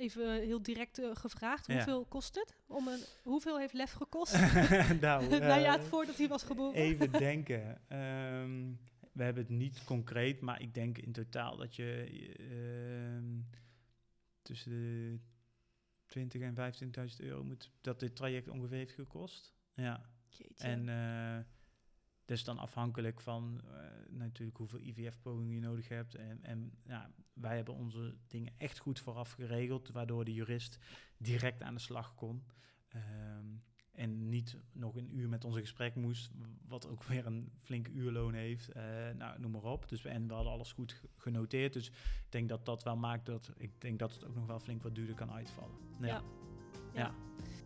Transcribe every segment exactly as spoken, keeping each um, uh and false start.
even heel direct uh, gevraagd. Hoeveel ja. kost het? Om een, hoeveel heeft Lef gekost? nou, uh, nou ja, voordat hij was geboren. Even denken. Um, we hebben het niet concreet, maar ik denk in totaal dat je uh, tussen de twintig en vijfentwintigduizend euro moet, dat dit traject ongeveer heeft gekost. Ja. Jeetje. En uh, dat is dan afhankelijk van uh, natuurlijk hoeveel I V F-pogingen je nodig hebt. En, en ja, wij hebben onze dingen echt goed vooraf geregeld, waardoor de jurist direct aan de slag kon. Um, en niet nog een uur met ons in gesprek moest, wat ook weer een flinke uurloon heeft. Uh, nou, noem maar op. Dus, en we hadden alles goed genoteerd. Dus ik denk dat dat wel maakt dat, ik denk dat het ook nog wel flink wat duurder kan uitvallen. Ja. ja. ja. ja.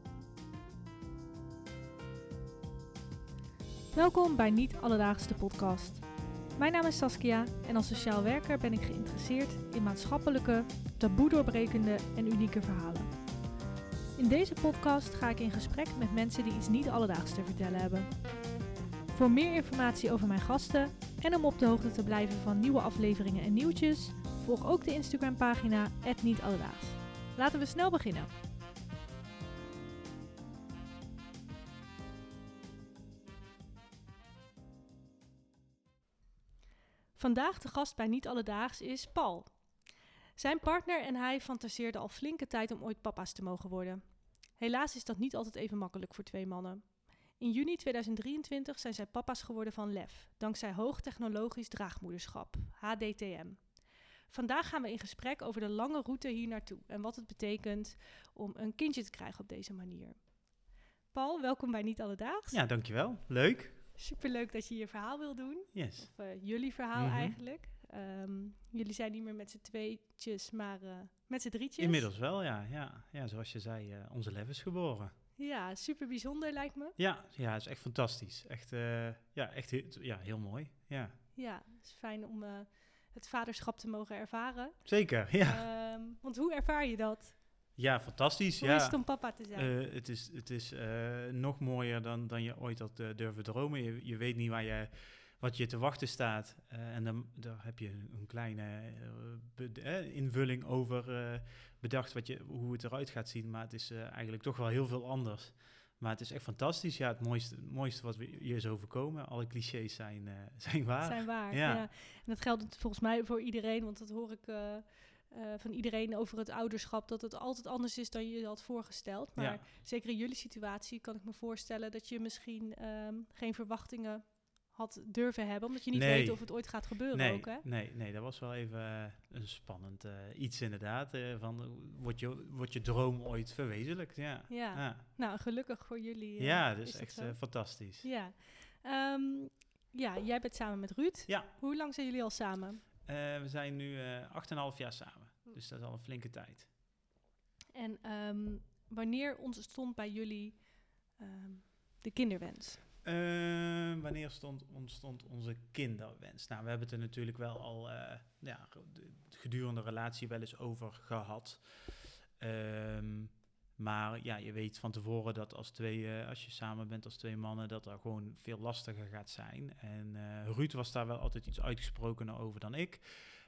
Welkom bij Niet Alledaags de podcast. Mijn naam is Saskia en als sociaal werker ben ik geïnteresseerd in maatschappelijke, taboe doorbrekende en unieke verhalen. In deze podcast ga ik in gesprek met mensen die iets niet alledaags te vertellen hebben. Voor meer informatie over mijn gasten en om op de hoogte te blijven van nieuwe afleveringen en nieuwtjes, volg ook de Instagram-pagina at niet alledaags. Laten we snel beginnen. Vandaag de gast bij Niet Alledaags is Paul. Zijn partner en hij fantaseerden al flinke tijd om ooit papa's te mogen worden. Helaas is dat niet altijd even makkelijk voor twee mannen. In juni tweeduizend drieëntwintig zijn zij papa's geworden van Lef, dankzij hoogtechnologisch draagmoederschap, H D T M. Vandaag gaan we in gesprek over de lange route hier naartoe en wat het betekent om een kindje te krijgen op deze manier. Paul, welkom bij Niet Alledaags. Ja, dankjewel. Leuk. Superleuk dat je je verhaal wil doen. Yes. Of uh, jullie verhaal mm-hmm. eigenlijk. Um, jullie zijn niet meer met z'n tweetjes, maar uh, met z'n drietjes. Inmiddels wel, ja. Ja, ja zoals je zei, uh, onze Lef is geboren. Ja, super bijzonder lijkt me. Ja, ja, is echt fantastisch. Echt, uh, ja, echt he- ja, heel mooi. Ja, ja het is fijn om uh, het vaderschap te mogen ervaren. Zeker, ja. Um, want hoe ervaar je dat? Ja, fantastisch. Hoe ja. is het om papa te zijn? Uh, het is, het is uh, nog mooier dan, dan je ooit had uh, durven dromen. Je, je weet niet waar je, wat je te wachten staat. Uh, en dan daar heb je een kleine uh, be- uh, invulling over uh, bedacht wat je, hoe het eruit gaat zien. Maar het is uh, eigenlijk toch wel heel veel anders. Maar het is echt fantastisch. Ja, het mooiste, het mooiste wat we je is overkomen. Alle clichés zijn, uh, zijn waar. Zijn waar, ja. ja. En dat geldt volgens mij voor iedereen, want dat hoor ik... Uh, Uh, van iedereen over het ouderschap, dat het altijd anders is dan je had voorgesteld. Maar ja. zeker in jullie situatie kan ik me voorstellen dat je misschien um, geen verwachtingen had durven hebben, omdat je niet nee. weet of het ooit gaat gebeuren nee, ook, hè? Nee, nee, dat was wel even uh, een spannend uh, iets inderdaad. Uh, van, uh, wordt, je, wordt je droom ooit verwezenlijkt? Ja. Ja. ja. Nou, gelukkig voor jullie. Uh, ja, dat is, is echt uh, fantastisch. Ja. Um, ja, jij bent samen met Ruud. Ja. Hoe lang zijn jullie al samen? Uh, we zijn nu acht en een half jaar samen, dus dat is al een flinke tijd. En um, wanneer ontstond bij jullie um, de kinderwens? Uh, wanneer stond, ontstond onze kinderwens? Nou, we hebben het er natuurlijk wel al uh, ja, gedurende de relatie wel eens over gehad. Um, maar ja, je weet van tevoren dat als, twee, uh, als je samen bent als twee mannen, dat dat gewoon veel lastiger gaat zijn. En uh, Ruud was daar wel altijd iets uitgesprokener over dan ik.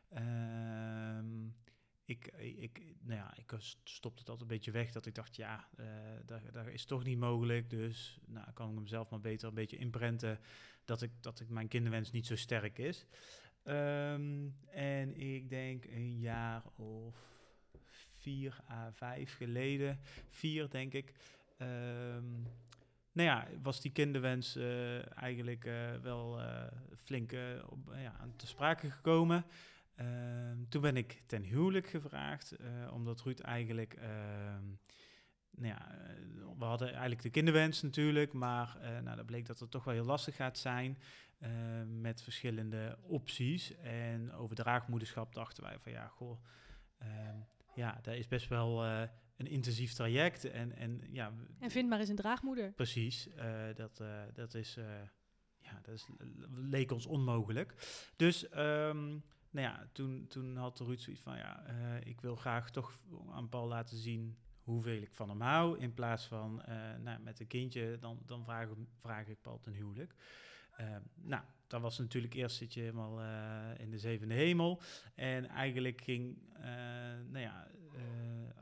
Um, ik, ik, nou ja, ik stopte het altijd een beetje weg dat ik dacht, ja, uh, dat, dat is toch niet mogelijk. Dus nou, kan ik hem zelf maar beter een beetje inprenten dat ik, dat ik mijn kinderwens niet zo sterk is. Um, en ik denk een jaar of vier à vijf geleden, vier denk ik, um, nou ja, was die kinderwens uh, eigenlijk uh, wel uh, flink uh, op, ja, aan te sprake gekomen. Uh, toen ben ik ten huwelijk gevraagd, uh, omdat Ruud eigenlijk, uh, nou ja, uh, we hadden eigenlijk de kinderwens natuurlijk, maar uh, nou, dat bleek dat het toch wel heel lastig gaat zijn uh, met verschillende opties. En over draagmoederschap dachten wij van ja, goh, uh, ja, dat is best wel uh, een intensief traject. En, en, ja, en vind maar eens een draagmoeder. Precies, uh, dat, uh, dat is, uh, ja, dat is, leek ons onmogelijk. Dus... Um, Nou ja, toen, toen had Ruud zoiets van, ja, uh, ik wil graag toch aan Paul laten zien hoeveel ik van hem hou. In plaats van, uh, nou, met een kindje, dan, dan vraag, vraag ik Paul ten huwelijk. Uh, nou, dat was natuurlijk eerst zit je helemaal uh, in de zevende hemel. En eigenlijk ging, uh, nou ja, uh,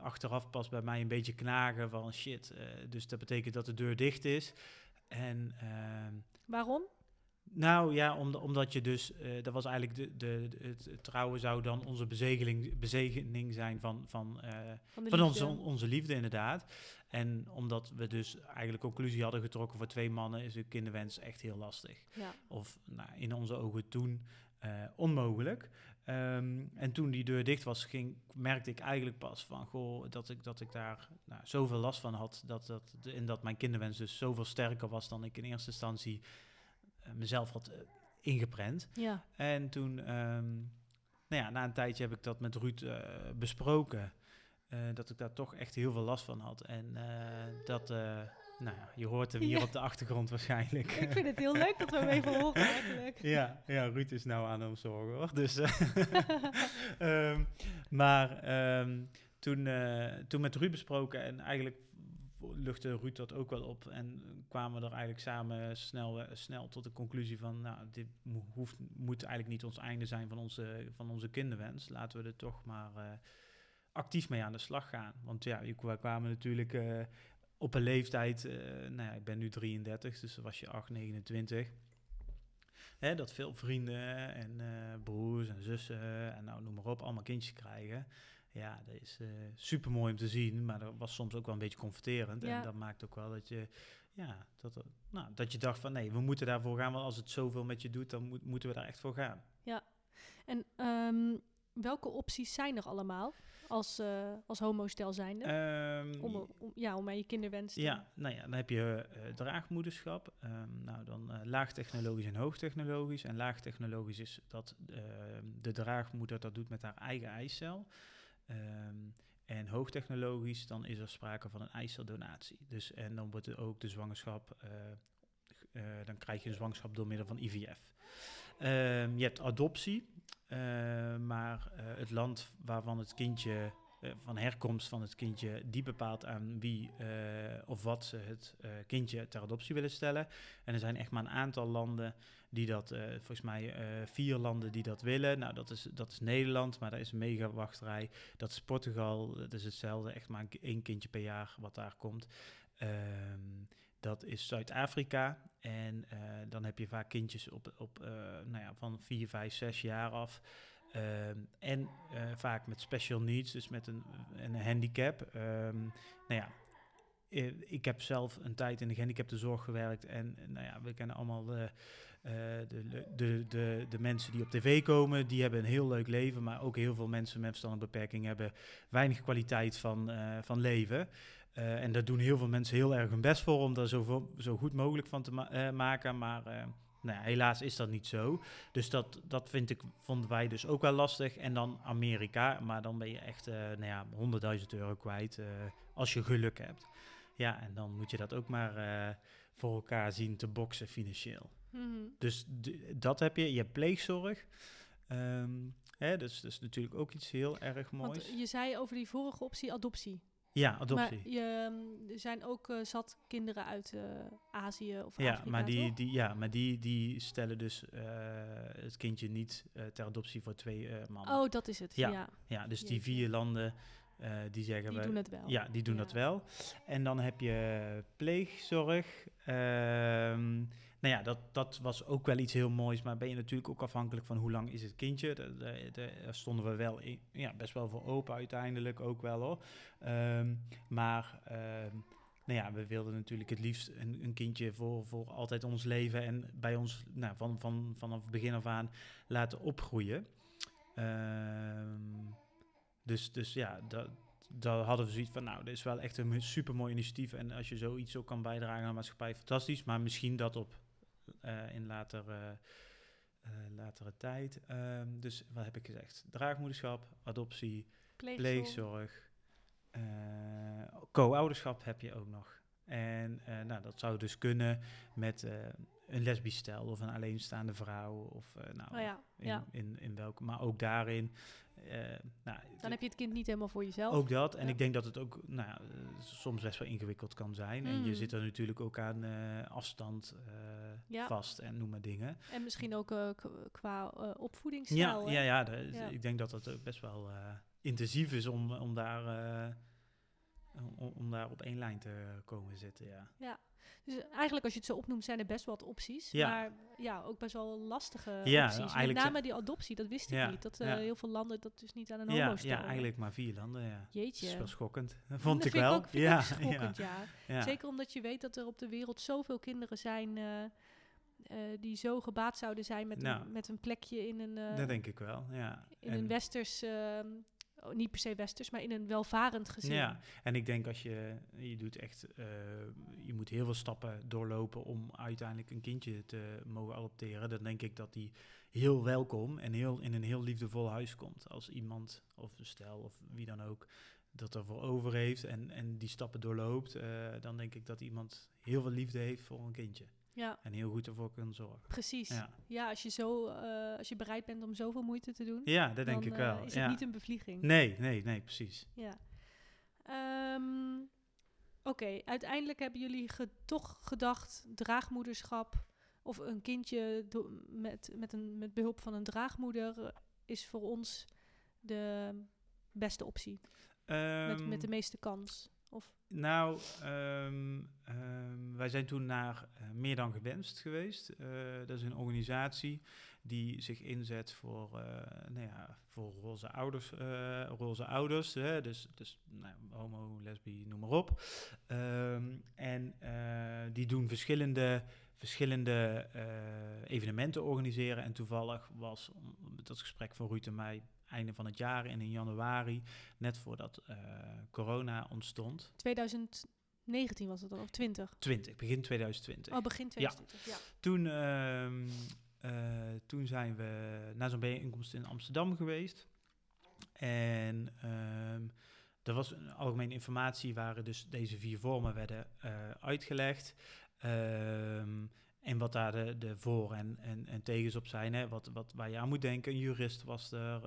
achteraf pas bij mij een beetje knagen van shit. Uh, dus dat betekent dat de deur dicht is. En, uh, Waarom? Nou ja, om, omdat je dus, uh, dat was eigenlijk de, de, de, het, het trouwen zou dan onze bezegeling, bezegening zijn van, van, uh, van, van onze, onze liefde inderdaad. En omdat we dus eigenlijk conclusie hadden getrokken voor twee mannen, is een kinderwens echt heel lastig. Ja. Of nou, in onze ogen toen uh, onmogelijk. Um, en toen die deur dicht was, ging, merkte ik eigenlijk pas van, goh, dat ik, dat ik daar nou, zoveel last van had. Dat, dat, en dat mijn kinderwens dus zoveel sterker was dan ik in eerste instantie uh, mezelf had uh, ingeprent. Ja. En toen, um, nou ja, na een tijdje heb ik dat met Ruud uh, besproken. Uh, dat ik daar toch echt heel veel last van had. En uh, dat, uh, nou ja, je hoort hem hier ja. op de achtergrond waarschijnlijk. Ik vind het heel leuk dat we hem even horen eigenlijk. Ja, ja, Ruud is nou aan hem zorgen hoor. Dus, uh, um, maar um, toen, uh, toen met Ruud besproken en eigenlijk luchtte Ruud dat ook wel op. En kwamen we er eigenlijk samen snel, uh, snel tot de conclusie van, nou, dit mo- hoeft, moet eigenlijk niet ons einde zijn van onze, van onze kinderwens. Laten we er toch maar uh, actief mee aan de slag gaan. Want ja, we kwamen natuurlijk uh, op een leeftijd, uh, nou ja, ik ben nu drieëndertig, dus dan was je acht, negenentwintig. Hè, dat veel vrienden en uh, broers en zussen en nou noem maar op, allemaal kindjes krijgen. Ja, dat is uh, super mooi om te zien, maar dat was soms ook wel een beetje confronterend. Ja. En dat maakt ook wel dat je, ja, dat, nou, dat je dacht van nee, we moeten daarvoor gaan, want als het zoveel met je doet, dan moet, moeten we daar echt voor gaan. Ja, en um, welke opties zijn er allemaal als, uh, als homostel zijnde? Um, om, om, ja, om aan je kinderwens te... Ja, nou ja, dan heb je uh, draagmoederschap. Um, nou, dan uh, laagtechnologisch en hoogtechnologisch. En laagtechnologisch is dat uh, de draagmoeder dat doet met haar eigen eicel. Um, en hoogtechnologisch, dan is er sprake van een eiceldonatie. Dus, en dan wordt er ook de zwangerschap, uh, uh, dan krijg je een zwangerschap door middel van I V F. Um, je hebt adoptie, uh, maar uh, het land waarvan het kindje, uh, van herkomst van het kindje, die bepaalt aan wie uh, of wat ze het uh, kindje ter adoptie willen stellen. En er zijn echt maar een aantal landen die dat, uh, volgens mij uh, vier landen die dat willen. Nou, dat is, dat is Nederland, maar dat is een mega wachtrij. Dat is Portugal, dat is hetzelfde, echt maar één kindje per jaar wat daar komt. Um, Dat is Zuid-Afrika en uh, dan heb je vaak kindjes op, op uh, nou ja, van vier, vijf, zes jaar af. Uh, en uh, vaak met special needs, dus met een, een handicap. Um, nou ja, ik heb zelf een tijd in de gehandicaptenzorg gewerkt en nou ja, we kennen allemaal de, uh, de, de, de, de mensen die op tv komen. Die hebben een heel leuk leven, maar ook heel veel mensen met verstandelijke beperking hebben weinig kwaliteit van, uh, van leven. Uh, en daar doen heel veel mensen heel erg hun best voor om daar zo, zo goed mogelijk van te ma- uh, maken. Maar uh, nou ja, helaas is dat niet zo. Dus dat, dat vind ik, vonden wij dus ook wel lastig. En dan Amerika, maar dan ben je echt uh, nou ja, honderdduizend euro kwijt uh, als je geluk hebt. Ja, en dan moet je dat ook maar uh, voor elkaar zien te boksen financieel. Mm-hmm. Dus d- dat heb je. Je hebt pleegzorg. Um, hè, dus dat is natuurlijk ook iets heel erg moois. Want je zei over die vorige optie adoptie. Ja, adoptie. Maar je, er zijn ook uh, zat kinderen uit uh, Azië of ja, Afrika, maar die, toch? die, ja, maar die, die stellen dus uh, het kindje niet uh, ter adoptie voor twee uh, mannen. Oh, dat is het, ja. Ja, ja dus die vier landen, uh, die zeggen... Die we, doen het wel. Ja, die doen ja. dat wel. En dan heb je pleegzorg. Um, nou ja, dat, dat was ook wel iets heel moois, maar ben je natuurlijk ook afhankelijk van hoe lang is het kindje. Daar, daar, daar stonden we wel in, ja, best wel voor open uiteindelijk ook wel hoor. Um, maar um, nou ja, we wilden natuurlijk het liefst een, een kindje voor, voor altijd ons leven en bij ons nou, van, van, vanaf het begin af aan laten opgroeien. Um, dus, dus ja, dat... Daar hadden we zoiets van, nou, dit is wel echt een super mooi initiatief. En als je zoiets ook kan bijdragen aan de maatschappij, fantastisch. Maar misschien dat op uh, in later, uh, uh, latere tijd. Um, dus wat heb ik gezegd? Draagmoederschap, adoptie, pleegzorg, pleegzorg uh, co-ouderschap heb je ook nog. En uh, nou, dat zou dus kunnen met uh, een lesbisch stel of een alleenstaande vrouw. Of, uh, nou, oh ja, in, ja. in, in, in welke, maar ook daarin... Uh, nou, dan heb je het kind niet helemaal voor jezelf. Ook dat. En ja. ik denk dat het ook nou, uh, soms best wel ingewikkeld kan zijn. Mm. En je zit er natuurlijk ook aan uh, afstand uh, ja. vast en noem maar dingen. En misschien ook uh, k- qua uh, opvoedingsstijl. Ja, ja, ja, de, ja, ik denk dat het ook best wel uh, intensief is om, om daar uh, om, om daar op één lijn te komen zitten, ja. Ja, dus eigenlijk als je het zo opnoemt zijn er best wel wat opties. Ja. Maar ja, ook best wel lastige Ja, opties. Met eigenlijk name zijn- die adoptie, dat wist ik Ja, niet. Dat eh, ja. heel veel landen dat dus niet aan een Ja, homo ja, stellen. eigenlijk maar vier landen, ja. Jeetje. Dat is wel schokkend. Dat Dat vond ik vind wel. Ook, vind ja, ik ook schokkend, ja. ja. Ja. Zeker omdat je weet dat er op de wereld zoveel kinderen zijn eh, eh, die zo gebaat zouden zijn met, Nou, een, met een plekje in een, eh, Dat denk ik wel, ja. in En- een westers, eh, oh, niet per se westers, maar in een welvarend gezin. Ja, en ik denk als je, je doet echt, uh, je moet heel veel stappen doorlopen om uiteindelijk een kindje te mogen adopteren. Dan denk ik dat die heel welkom en heel in een heel liefdevol huis komt. Als iemand, of een stel, of wie dan ook, dat ervoor over heeft en, en die stappen doorloopt, uh, dan denk ik dat iemand heel veel liefde heeft voor een kindje. Ja. En heel goed ervoor kan zorgen. Precies. Ja, Ja, als, je zo, uh, als je bereid bent om zoveel moeite te doen, ja dat denk dan, ik wel. Uh, is ja. het niet een bevlieging. Nee, nee, nee, precies. Ja. Um, Oké, okay. Uiteindelijk hebben jullie ge- toch gedacht draagmoederschap of een kindje do- met, met, een, met behulp van een draagmoeder uh, is voor ons de beste optie. Um, met, met de meeste kans. Of? Nou, um, um, wij zijn toen naar uh, Meer dan Gewenst geweest. Uh, dat is een organisatie die zich inzet voor, uh, nou ja, voor roze ouders. Uh, roze ouders hè? Dus, dus nou, homo, lesbi, noem maar op. Um, en uh, die doen verschillende, verschillende uh, evenementen organiseren. En toevallig was dat gesprek van Ruud en mij einde van het jaar en in januari, net voordat uh, corona ontstond. twintig negentien was het dan, of twintig? twintig, begin twintig twintig. Oh, begin twintig twintig, ja. ja. Toen, uh, uh, toen zijn we naar zo'n bijeenkomst in Amsterdam geweest. En uh, er was een algemene informatie, waren dus deze vier vormen werden uh, uitgelegd. Uh, En wat daar de, de voor- en, en, en tegens op zijn, hè? Wat, wat, waar je aan moet denken. Een jurist was er.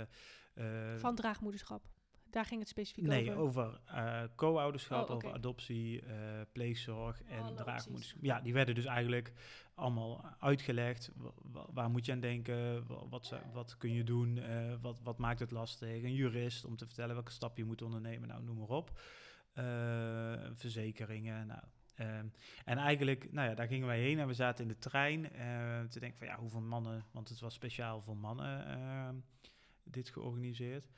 Uh, uh, Van draagmoederschap. Daar ging het specifiek nee, over. over uh, co-ouderschap, oh, okay. over adoptie, uh, pleegzorg en oh, draagmoederschap. Ja, die werden dus eigenlijk allemaal uitgelegd. W- waar moet je aan denken? Wat, wat kun je doen? Uh, wat, wat maakt het lastig? Een jurist om te vertellen welke stap je moet ondernemen. Nou, noem maar op. Uh, verzekeringen, nou... Um, en eigenlijk, nou ja, daar gingen wij heen en we zaten in de trein uh, te denken van ja, hoeveel mannen, want het was speciaal voor mannen uh, dit georganiseerd.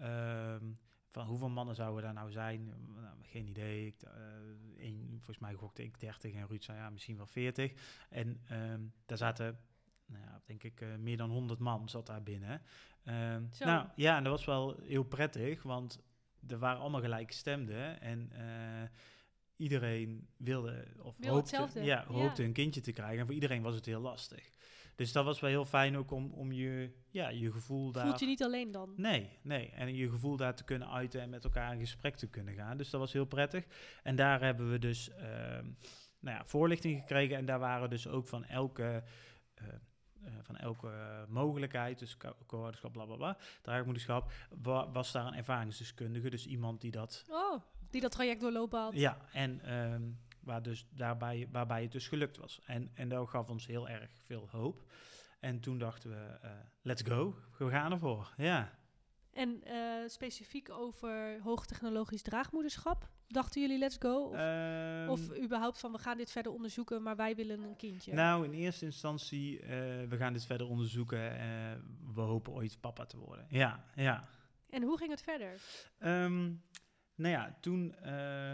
Um, van hoeveel mannen zouden daar nou zijn? Nou, geen idee. Ik, uh, een, volgens mij gokte ik dertig en Ruud zei ja, misschien wel veertig. En um, daar zaten, nou ja, denk ik, uh, meer dan honderd man zat daar binnen. Um, nou ja, en dat was wel heel prettig, want er waren allemaal gelijkgestemden en... Uh, Iedereen wilde of Wil hoopte, ja, hoopte ja. een kindje te krijgen. En voor iedereen was het heel lastig. Dus dat was wel heel fijn ook om, om je, ja, je gevoel daar... Voelt je niet alleen dan? Nee, nee. En je gevoel daar te kunnen uiten en met elkaar in gesprek te kunnen gaan. Dus dat was heel prettig. En daar hebben we dus uh, nou ja, voorlichting gekregen. En daar waren dus ook van elke... Uh, Uh, van elke uh, mogelijkheid, dus co-ouderschap, blablabla, draagmoederschap, wa- was daar een ervaringsdeskundige, dus iemand die dat... Oh, die dat traject doorlopen had. Ja, en um, waar dus daarbij, waarbij het dus gelukt was. En, en dat gaf ons heel erg veel hoop. En toen dachten we, uh, let's go, we gaan ervoor, ja. En uh, specifiek over hoogtechnologisch draagmoederschap, dachten jullie let's go? Of, um, of überhaupt van we gaan dit verder onderzoeken, maar wij willen een kindje? Nou, in eerste instantie, uh, we gaan dit verder onderzoeken. Uh, we hopen ooit papa te worden. Ja, ja. En hoe ging het verder? Um, nou ja, toen uh,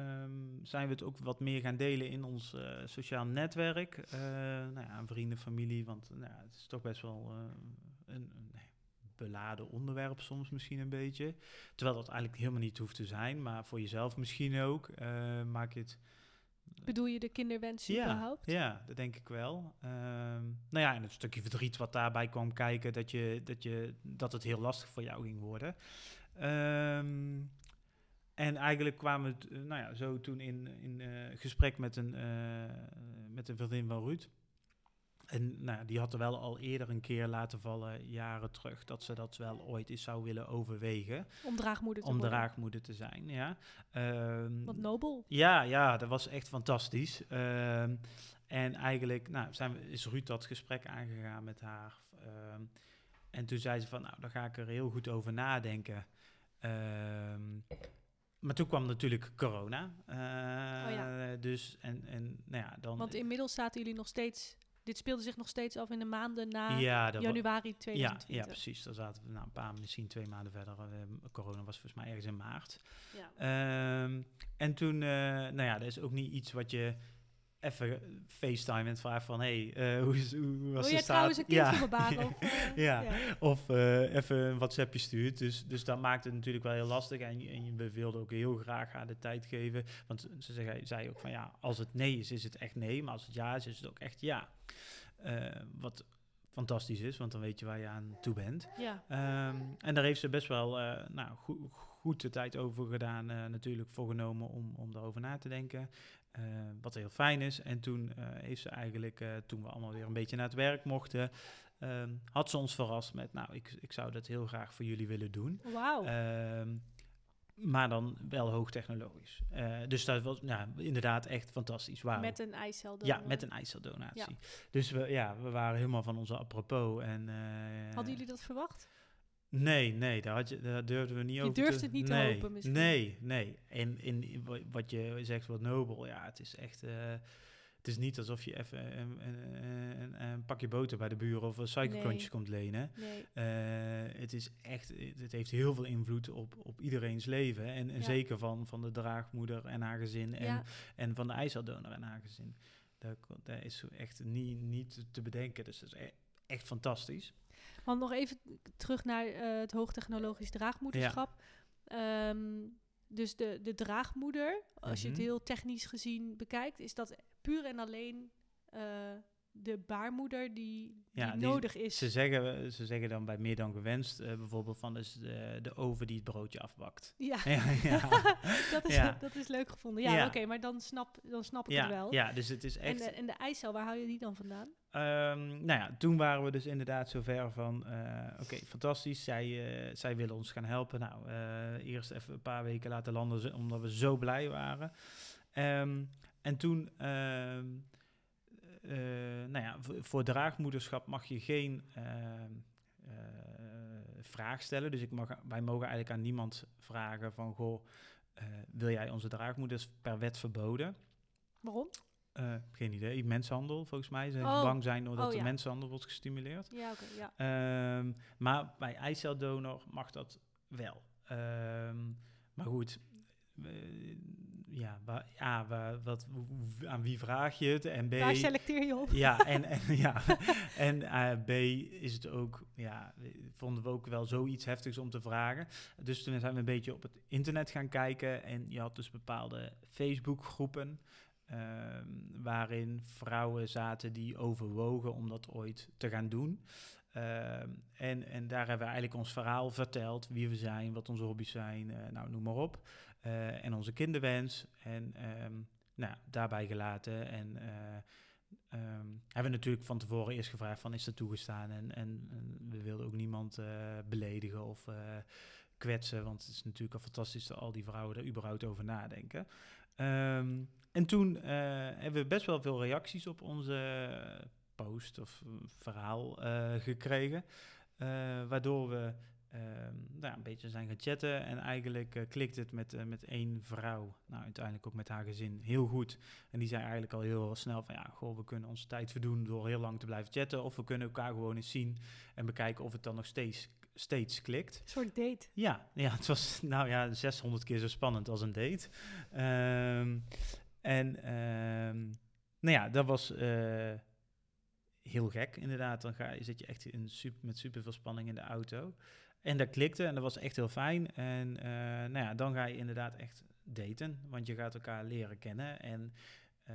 zijn we het ook wat meer gaan delen in ons uh, sociaal netwerk. Uh, nou ja, vrienden, familie, want nou ja, het is toch best wel uh, een... een beladen onderwerp soms misschien een beetje. Terwijl dat eigenlijk helemaal niet hoeft te zijn, maar voor jezelf misschien ook. Uh, maak je het... Bedoel je de kinderwens ja, überhaupt? Ja, dat denk ik wel. Um, nou ja, en het stukje verdriet wat daarbij kwam kijken, dat, je, dat, je, dat het heel lastig voor jou ging worden. Um, en eigenlijk kwamen we uh, nou ja, zo toen in, in uh, gesprek met een, uh, met een vriendin van Ruud. En nou, die had er wel al eerder een keer laten vallen, jaren terug, dat ze dat wel ooit eens zou willen overwegen. Om draagmoeder te Om worden. draagmoeder te zijn, ja. Um, Wat nobel. Ja, ja, dat was echt fantastisch. Um, en eigenlijk nou, zijn we, is Ruud dat gesprek aangegaan met haar. Um, en toen zei ze van, nou, daar ga ik er heel goed over nadenken. Um, maar toen kwam natuurlijk corona. Uh, oh ja. Dus, en, en nou ja, dan... Want inmiddels zaten jullie nog steeds... Dit speelde zich nog steeds af in de maanden na ja, januari tweeduizend twintig. Ja, ja, precies. Daar zaten we nou, een paar, misschien twee maanden verder. Uh, corona was volgens mij ergens in maart. Ja. Um, en toen, uh, nou ja, dat is ook niet iets wat je even FaceTime en vraagt van... hé, hey, uh, hoe, is, hoe was Wil de jij trouwens een kind ja. van mijn baan? Of, uh, ja. ja, of uh, even een WhatsAppje stuurt. Dus, dus dat maakt het natuurlijk wel heel lastig. En, en we wilden ook heel graag haar de tijd geven. Want ze zei, zei ook van ja, als het nee is, is het echt nee. Maar als het ja is, is het ook echt ja. Uh, wat fantastisch is, want dan weet je waar je aan toe bent. Ja. Um, en daar heeft ze best wel uh, nou, go- goed de tijd over gedaan, uh, natuurlijk voorgenomen om, om daarover na te denken. Uh, wat heel fijn is. En toen uh, heeft ze eigenlijk, uh, toen we allemaal weer een beetje naar het werk mochten, um, had ze ons verrast met, nou, ik, ik zou dat heel graag voor jullie willen doen. Wauw. Um, maar dan wel hoogtechnologisch. Uh, dus dat was nou, inderdaad echt fantastisch. Wow. Met een eiceldonatie. Ja, met een eiceldonatie. Ja. Dus we, ja, we waren helemaal van onze apropos. En, uh, hadden jullie dat verwacht? Nee, nee, daar, had je, daar durfden we niet je over te... Je durft het niet nee, te hopen misschien? Nee, nee. En in wat je zegt, wat nobel, ja, het is echt... Uh, het is niet alsof je even een, een, een, een pakje boter bij de buren of een suikerklontjes nee. komt lenen. Nee. Uh, het is echt, het heeft heel veel invloed op, op iedereen's leven. En, en ja. zeker van, van de draagmoeder en haar gezin en, ja. en van de eiceldonor en haar gezin. Dat, dat is echt niet, niet te bedenken. Dus dat is echt, echt fantastisch. Want nog even terug naar uh, het hoogtechnologisch draagmoederschap. Ja. Um, dus de, de draagmoeder, als mm-hmm. je het heel technisch gezien bekijkt, is dat puur en alleen uh, de baarmoeder die, die ja, nodig die, is. Ze zeggen, ze zeggen dan bij meer dan gewenst, uh, bijvoorbeeld van dus de, de oven die het broodje afbakt. Ja, ja, ja. dat, is, ja. dat is leuk gevonden. Ja, ja. oké, okay, maar dan snap, dan snap ik ja, het wel. Ja, dus het is echt... En de, en de eicel, waar hou je die dan vandaan? Um, nou ja, toen waren we dus inderdaad zover van, uh, oké, okay, fantastisch, zij, uh, zij willen ons gaan helpen. Nou, uh, eerst even een paar weken laten landen, omdat we zo blij waren. Um, en toen, uh, uh, nou ja, voor, voor draagmoederschap mag je geen uh, uh, vraag stellen. Dus ik mag, wij mogen eigenlijk aan niemand vragen van, goh, uh, wil jij onze draagmoeder? Dat is per wet verboden. Waarom? Uh, geen idee. Mensenhandel, volgens mij. Ze oh. bang zijn omdat oh, de ja. mensenhandel wordt gestimuleerd. Ja, oké, okay, ja. Um, maar bij eiceldonor mag dat wel. Um, maar goed, uh, ja, waar, A, waar, wat, aan wie vraag je het? En B... Waar selecteer je op? Ja, en, en, ja. en uh, B is het ook, ja, vonden we ook wel zoiets heftigs om te vragen. Dus toen zijn we een beetje op het internet gaan kijken. En je had dus bepaalde Facebookgroepen, Um, waarin vrouwen zaten die overwogen om dat ooit te gaan doen. Um, en, en daar hebben we eigenlijk ons verhaal verteld, wie we zijn, wat onze hobby's zijn, uh, nou noem maar op. Uh, en onze kinderwens. En um, nou, daarbij gelaten. En uh, um, hebben we natuurlijk van tevoren eerst gevraagd van, is dat toegestaan? En, en, en we wilden ook niemand uh, beledigen of uh, kwetsen, want het is natuurlijk al fantastisch dat al die vrouwen er überhaupt over nadenken. Um, En toen uh, hebben we best wel veel reacties op onze post of verhaal uh, gekregen. Uh, waardoor we uh, nou, een beetje zijn gaan chatten. En eigenlijk uh, klikt het met, uh, met één vrouw. Nou, uiteindelijk ook met haar gezin heel goed. En die zei eigenlijk al heel snel van ja, goh, we kunnen onze tijd verdoen door heel lang te blijven chatten. Of we kunnen elkaar gewoon eens zien en bekijken of het dan nog steeds... steeds klikt. Een soort date. Ja, ja, het was nou ja zeshonderd keer zo spannend als een date. Um, en um, nou ja, dat was uh, heel gek inderdaad. Dan ga je, zit je echt in super, met super veel spanning in de auto. En dat klikte en dat was echt heel fijn. En uh, nou ja, dan ga je inderdaad echt daten. Want je gaat elkaar leren kennen en uh,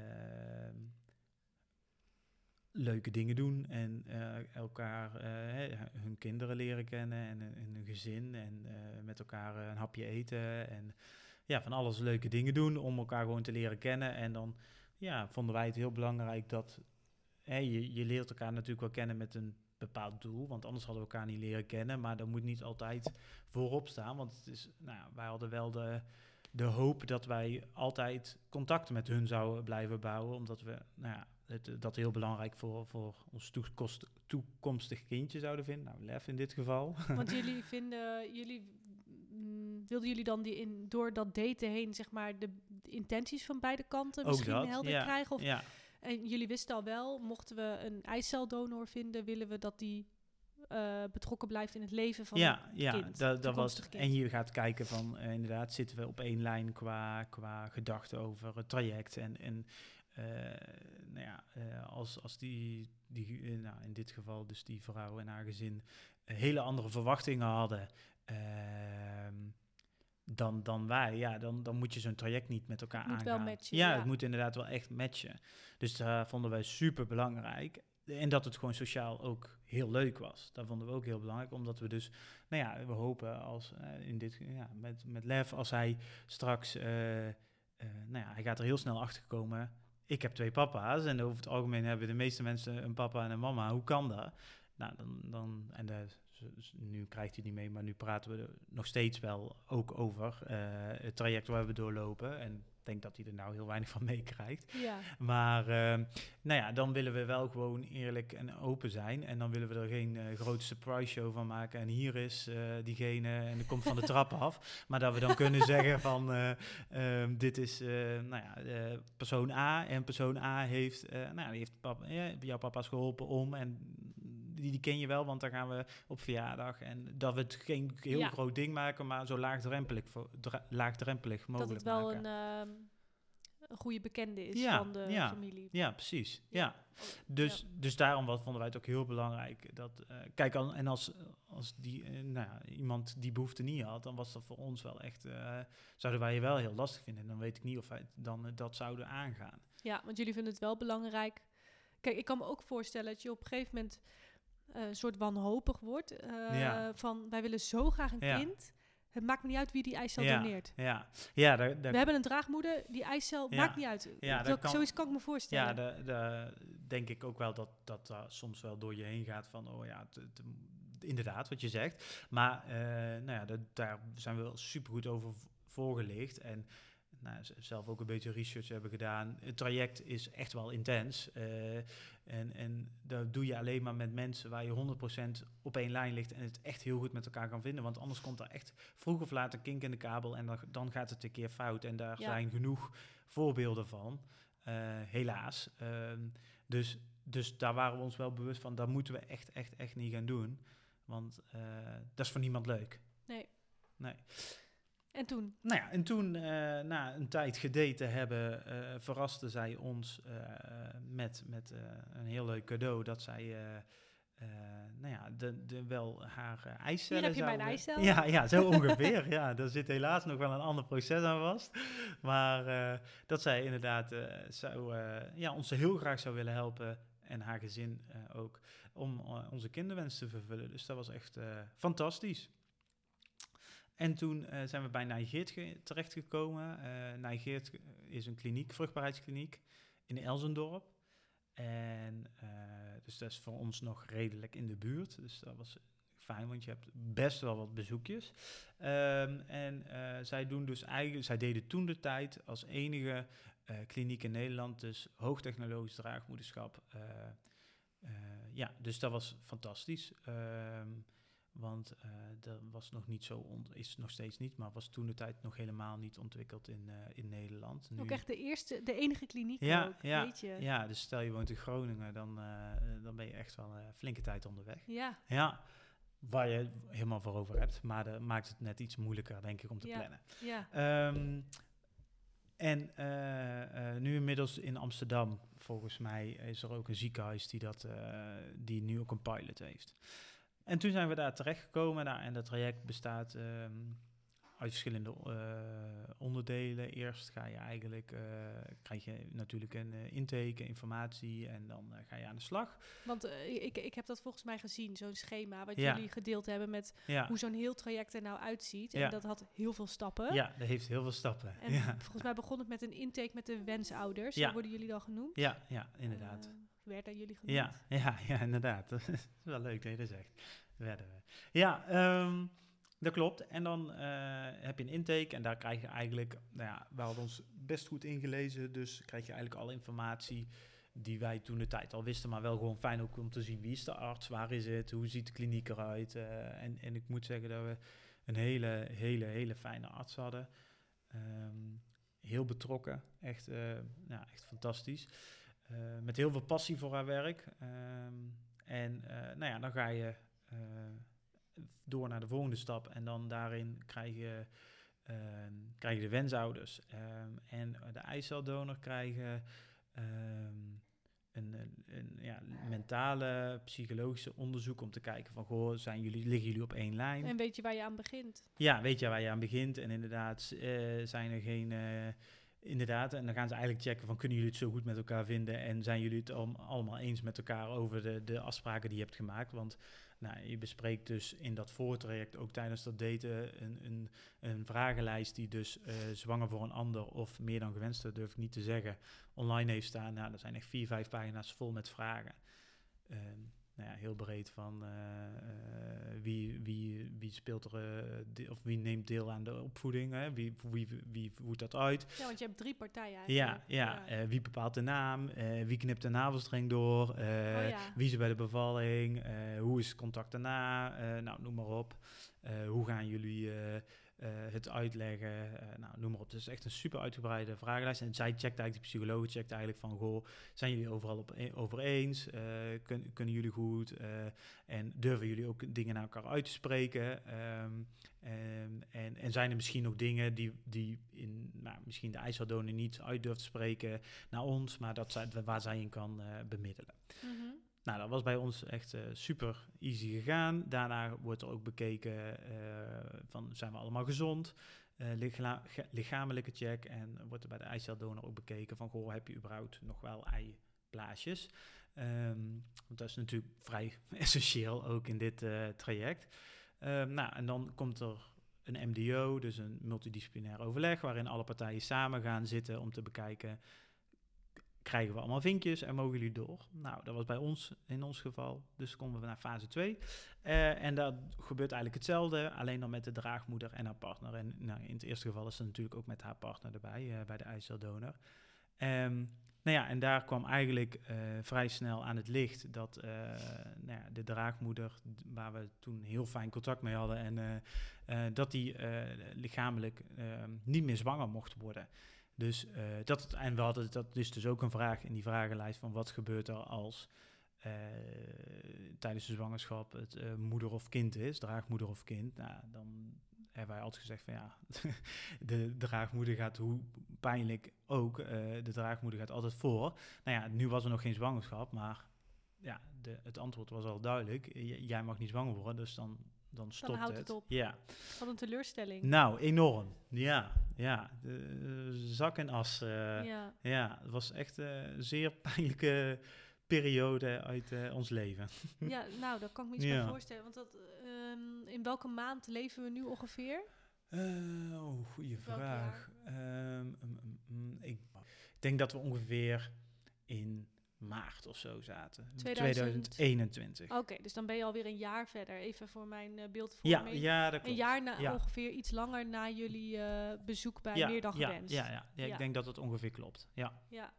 leuke dingen doen. En uh, elkaar, uh, hun kinderen leren kennen en, en hun gezin. En uh, met elkaar een hapje eten en... Ja, van alles leuke dingen doen om elkaar gewoon te leren kennen. En dan ja, vonden wij het heel belangrijk dat... Hè, je, je leert elkaar natuurlijk wel kennen met een bepaald doel. Want anders hadden we elkaar niet leren kennen. Maar dat moet niet altijd voorop staan. Want het is, nou, wij hadden wel de, de hoop dat wij altijd contact met hun zouden blijven bouwen. Omdat we nou ja, het, dat heel belangrijk voor, voor ons toekost, toekomstig kindje zouden vinden. Nou, Lef in dit geval. Want jullie vinden... jullie mm, wilden jullie dan die in, door dat daten heen, zeg maar, de, de intenties van beide kanten Ook misschien dat, helder ja, krijgen? Of, ja. En jullie wisten al wel, mochten we een eiceldonor vinden, willen we dat die uh, betrokken blijft in het leven van ja, het ja, kind, dat, dat was, kind. En je gaat kijken van, uh, inderdaad, zitten we op één lijn qua, qua gedachten over het traject. En, en uh, nou ja, uh, als, als die, die uh, nou, in dit geval dus die vrouw en haar gezin uh, hele andere verwachtingen hadden uh, dan, dan wij, ja, dan, dan moet je zo'n traject niet met elkaar het moet aangaan. Wel matchen, ja, ja, het moet inderdaad wel echt matchen. Dus dat uh, vonden wij super belangrijk. En dat het gewoon sociaal ook heel leuk was. Dat vonden we ook heel belangrijk, omdat we dus, nou ja, we hopen als uh, in dit, ja, met, met Lev, als hij straks, uh, uh, nou ja, hij gaat er heel snel achter komen. Ik heb twee papa's en over het algemeen hebben de meeste mensen een papa en een mama. Hoe kan dat? Nou, dan, dan en de, nu krijgt hij het niet mee, maar nu praten we er nog steeds wel ook over uh, het traject waar we doorlopen. En ik denk dat hij er nou heel weinig van meekrijgt. Ja. Maar uh, nou ja, dan willen we wel gewoon eerlijk en open zijn. En dan willen we er geen uh, grote surprise show van maken. En hier is uh, diegene en die komt van de trap af. Maar dat we dan kunnen zeggen van uh, uh, dit is uh, nou ja, uh, persoon A. En persoon A heeft, uh, nou ja, die heeft papa, ja, jouw papa's geholpen om. En die, die ken je wel, want dan gaan we op verjaardag. En dat we het geen heel ja. groot ding maken, maar zo laagdrempelig, dra- laagdrempelig mogelijk maken. Dat het wel maken. een, uh, een goede bekende is ja, van de ja, familie. Ja, precies. Ja. Ja. Dus, ja. dus daarom wat vonden wij het ook heel belangrijk. Dat, uh, kijk, al, en als, als die, uh, nou ja, iemand die behoefte niet had, dan was dat voor ons wel echt, uh, zouden wij je wel heel lastig vinden. En dan weet ik niet of wij dan uh, dat zouden aangaan. Ja, want jullie vinden het wel belangrijk. Kijk, ik kan me ook voorstellen dat je op een gegeven moment uh, een soort wanhopig wordt. Uh, ja. Van, wij willen zo graag een ja. kind. Het maakt me niet uit wie die eicel ja, doneert. Ja, ja. Daar, daar we hebben een draagmoeder, die eicel, ja, maakt niet uit. Ja, dat, kan, zoiets kan ik me voorstellen. Ja, daar, daar denk ik ook wel dat dat uh, soms wel door je heen gaat van, oh ja, te, te, inderdaad, wat je zegt. Maar uh, nou ja, dat, daar zijn we wel supergoed over voorgelegd. En nou, zelf ook een beetje research hebben gedaan. Het traject is echt wel intens. Uh, en, en dat doe je alleen maar met mensen waar je honderd procent op één lijn ligt en het echt heel goed met elkaar kan vinden. Want anders komt er echt vroeg of laat een kink in de kabel en dan, dan gaat het een keer fout. En daar ja. zijn genoeg voorbeelden van, uh, helaas. Uh, dus, dus daar waren we ons wel bewust van, dat moeten we echt, echt, echt niet gaan doen. Want uh, dat is voor niemand leuk. Nee. Nee. En toen? Nou ja, en toen, uh, na een tijd gedaten hebben, uh, verraste zij ons uh, met, met uh, een heel leuk cadeau. Dat zij, uh, uh, nou ja, de, de, wel haar uh, eicellen Hier heb je zou, mijn eicel. Ja, ja, zo ongeveer. Ja, daar zit helaas nog wel een ander proces aan vast. Maar uh, dat zij inderdaad uh, zou, uh, ja, ons heel graag zou willen helpen. En haar gezin uh, ook, om uh, onze kinderwens te vervullen. Dus dat was echt uh, fantastisch. En toen uh, zijn we bij Nijgeert ge- terechtgekomen. Uh, Nijgeert is een kliniek, vruchtbaarheidskliniek in Elsendorp. En uh, dus dat is voor ons nog redelijk in de buurt. Dus dat was fijn, want je hebt best wel wat bezoekjes. Um, en uh, zij doen dus eigenlijk, zij deden toen de tijd als enige uh, kliniek in Nederland, dus hoogtechnologisch draagmoederschap. Uh, uh, ja, dus dat was fantastisch. Um, Want uh, dat was nog niet zo, ont- is nog steeds niet, maar was toen de tijd nog helemaal niet ontwikkeld in, uh, in Nederland. Nu, ook echt de eerste, de enige kliniek ja, ook, ja, weet je. Ja, dus stel je woont in Groningen, dan, uh, dan ben je echt wel een flinke tijd onderweg. Ja. Ja, waar je helemaal voor over hebt, maar dat maakt het net iets moeilijker, denk ik, om te ja. plannen. Ja. Um, en uh, uh, nu inmiddels in Amsterdam, volgens mij, is er ook een ziekenhuis die, dat, uh, die nu ook een pilot heeft. En toen zijn we daar terechtgekomen nou, en dat traject bestaat um, uit verschillende uh, onderdelen. Eerst ga je eigenlijk, uh, krijg je natuurlijk een uh, intake, informatie en dan uh, ga je aan de slag. Want uh, ik, ik heb dat volgens mij gezien, zo'n schema wat ja. jullie gedeeld hebben met ja. hoe zo'n heel traject er nou uitziet. En ja. dat had heel veel stappen. Ja, dat heeft heel veel stappen. En ja. volgens mij begon het met een intake met de wensouders. Ja. Zo worden jullie dan genoemd? Ja, ja inderdaad. Uh, werden jullie genoemd? Ja, ja, ja inderdaad. Dat is wel leuk dat je dat zegt. Werden we. Ja, um, dat klopt. En dan uh, heb je een intake en daar krijg je eigenlijk, nou ja, we hadden ons best goed ingelezen, dus krijg je eigenlijk alle informatie die wij toen de tijd al wisten, maar wel gewoon fijn ook om te zien wie is de arts, waar is het, hoe ziet de kliniek eruit. Uh, en, en ik moet zeggen dat we een hele, hele, hele fijne arts hadden. Um, heel betrokken, echt, uh, nou, echt fantastisch. Uh, met heel veel passie voor haar werk. Um, en uh, nou ja, dan ga je uh, door naar de volgende stap. En dan daarin krijg je, uh, krijg je de wensouders. Um, en de eiceldonor krijgen um, een, een, een ja, mentale, psychologische onderzoek om te kijken van, goh, zijn jullie, liggen jullie op één lijn? En weet je waar je aan begint? Ja, weet je waar je aan begint. En inderdaad uh, zijn er geen... Uh, Inderdaad, en dan gaan ze eigenlijk checken van, kunnen jullie het zo goed met elkaar vinden en zijn jullie het al, allemaal eens met elkaar over de, de afspraken die je hebt gemaakt. Want nou, je bespreekt dus in dat voortraject ook tijdens dat daten een, een, een vragenlijst die dus uh, zwanger voor een ander of meer dan gewenst, dat durf ik niet te zeggen, online heeft staan. Nou, er zijn echt vier, vijf pagina's vol met vragen. Uh, Nou ja, heel breed van uh, uh, wie, wie, wie speelt er, uh, de, of wie neemt deel aan de opvoeding, hè? Wie, wie, wie, wie voert dat uit? Ja, want je hebt drie partijen eigenlijk. Ja, ja. ja. Uh, wie bepaalt de naam, uh, wie knipt de navelstreng door, uh, oh, ja. wie is er bij de bevalling, uh, hoe is het contact daarna, uh, nou noem maar op. Uh, hoe gaan jullie uh, uh, het uitleggen, uh, nou noem maar op. Het is echt een super uitgebreide vragenlijst. En zij checkt eigenlijk, de psycholoog checkt eigenlijk van, goh, zijn jullie overal op e- over eens? Uh, kun, kunnen jullie goed? Uh, en durven jullie ook dingen naar elkaar uit te spreken? Um, um, en, en zijn er misschien nog dingen die, die in, nou, misschien de eiceldonor niet uit durft te spreken naar ons, maar dat zij, waar zij in kan uh, bemiddelen. Mm-hmm. Nou, dat was bij ons echt uh, super easy gegaan. Daarna wordt er ook bekeken uh, van, zijn we allemaal gezond? Uh, licha- lichamelijke check. En wordt er bij de eiceldonor ook bekeken van, goh, heb je überhaupt nog wel eiblaasjes? Um, want dat is natuurlijk vrij essentieel ook in dit uh, traject. Um, nou, en dan komt er een M D O, dus een multidisciplinair overleg, waarin alle partijen samen gaan zitten om te bekijken, krijgen we allemaal vinkjes en mogen jullie door? Nou, dat was bij ons in ons geval. Dus komen we naar fase twee. Uh, en dat gebeurt eigenlijk hetzelfde, alleen dan met de draagmoeder en haar partner. En nou, in het eerste geval is het natuurlijk ook met haar partner erbij, uh, bij de eiceldonor. Um, nou ja, en daar kwam eigenlijk uh, vrij snel aan het licht dat uh, nou ja, de draagmoeder, waar we toen heel fijn contact mee hadden, en uh, uh, dat die uh, lichamelijk uh, niet meer zwanger mocht worden. Dus uh, dat, en we hadden dat is dus ook een vraag in die vragenlijst van wat gebeurt er als uh, tijdens de zwangerschap het uh, moeder of kind is, draagmoeder of kind. Nou, dan hebben wij altijd gezegd van ja, de draagmoeder gaat, hoe pijnlijk ook, uh, de draagmoeder gaat altijd voor. Nou ja, nu was er nog geen zwangerschap, maar ja, de, het antwoord was al duidelijk. J- jij mag niet zwanger worden, dus dan... Dan stopt dan houdt het. het op. Ja. Wat een teleurstelling. Nou, enorm. Ja, ja. De, uh, zak en as. Uh, ja. ja, het was echt uh, een zeer pijnlijke periode uit uh, ons leven. Ja, nou, daar kan ik me iets ja. bij voorstellen. Want dat, um, in welke maand leven we nu ongeveer? Uh, oh, goede vraag. Um, um, um, um, ik denk dat we ongeveer in maart of zo zaten. tweeduizend eenentwintig. Oké, okay, dus dan ben je alweer een jaar verder. Even voor mijn uh, beeldvorming. Ja, ja, dat klopt. Een jaar na, ja. ongeveer iets langer na jullie uh, bezoek bij ja, Meer dan ja, Gewenst. Ja, ja, ja, ik ja. denk dat het ongeveer klopt. Ja. ja.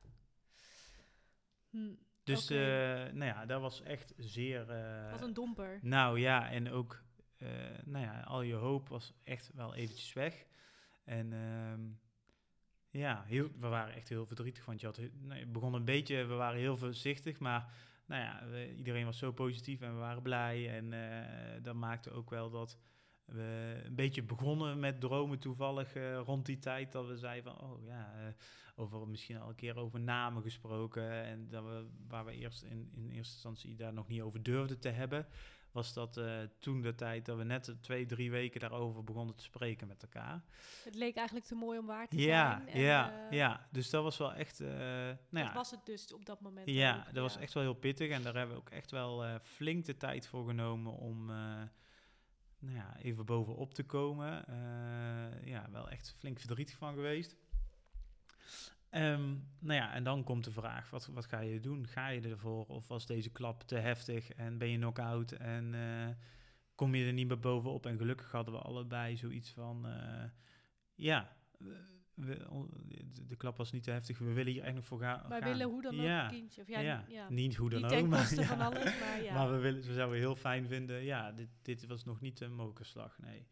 Hm, dus, okay. uh, nou ja, dat was echt zeer... Uh, Wat een domper. Nou ja, en ook, uh, nou ja, al je hoop was echt wel eventjes weg. En... Um, Ja, heel, we waren echt heel verdrietig, want je had, nou, het begon een beetje, we waren heel voorzichtig, maar nou ja, we, iedereen was zo positief en we waren blij. En uh, dat maakte ook wel dat we een beetje begonnen met dromen toevallig uh, rond die tijd, dat we zeiden van, oh ja, uh, over misschien al een keer over namen gesproken. En dat we, waar we eerst in, in eerste instantie daar nog niet over durfden te hebben, was dat uh, toen de tijd dat we net twee, drie weken daarover begonnen te spreken met elkaar. Het leek eigenlijk te mooi om waar te ja, zijn. En, ja, uh, ja, dus dat was wel echt... Uh, nou dat ja, was het dus op dat moment Ja, ook, dat ja. was echt wel heel pittig. En daar hebben we ook echt wel uh, flink de tijd voor genomen om uh, nou ja, even bovenop te komen. Uh, ja, wel echt flink verdrietig van geweest. Um, nou ja, en dan komt de vraag, wat, wat ga je doen? Ga je ervoor? Of was deze klap te heftig en ben je knock-out en uh, kom je er niet meer bovenop? En gelukkig hadden we allebei zoiets van, uh, ja, we, de, de klap was niet te heftig, we willen hier echt nog voor ga, Wij gaan. willen hoe dan ook ja, een kindje. Of ja, ja, ja, niet hoe dan niet ook. ten Maar, koste ja, van alles, maar ja. maar we, willen, we zouden heel fijn vinden, ja, dit, dit was nog niet een mokerslag, nee.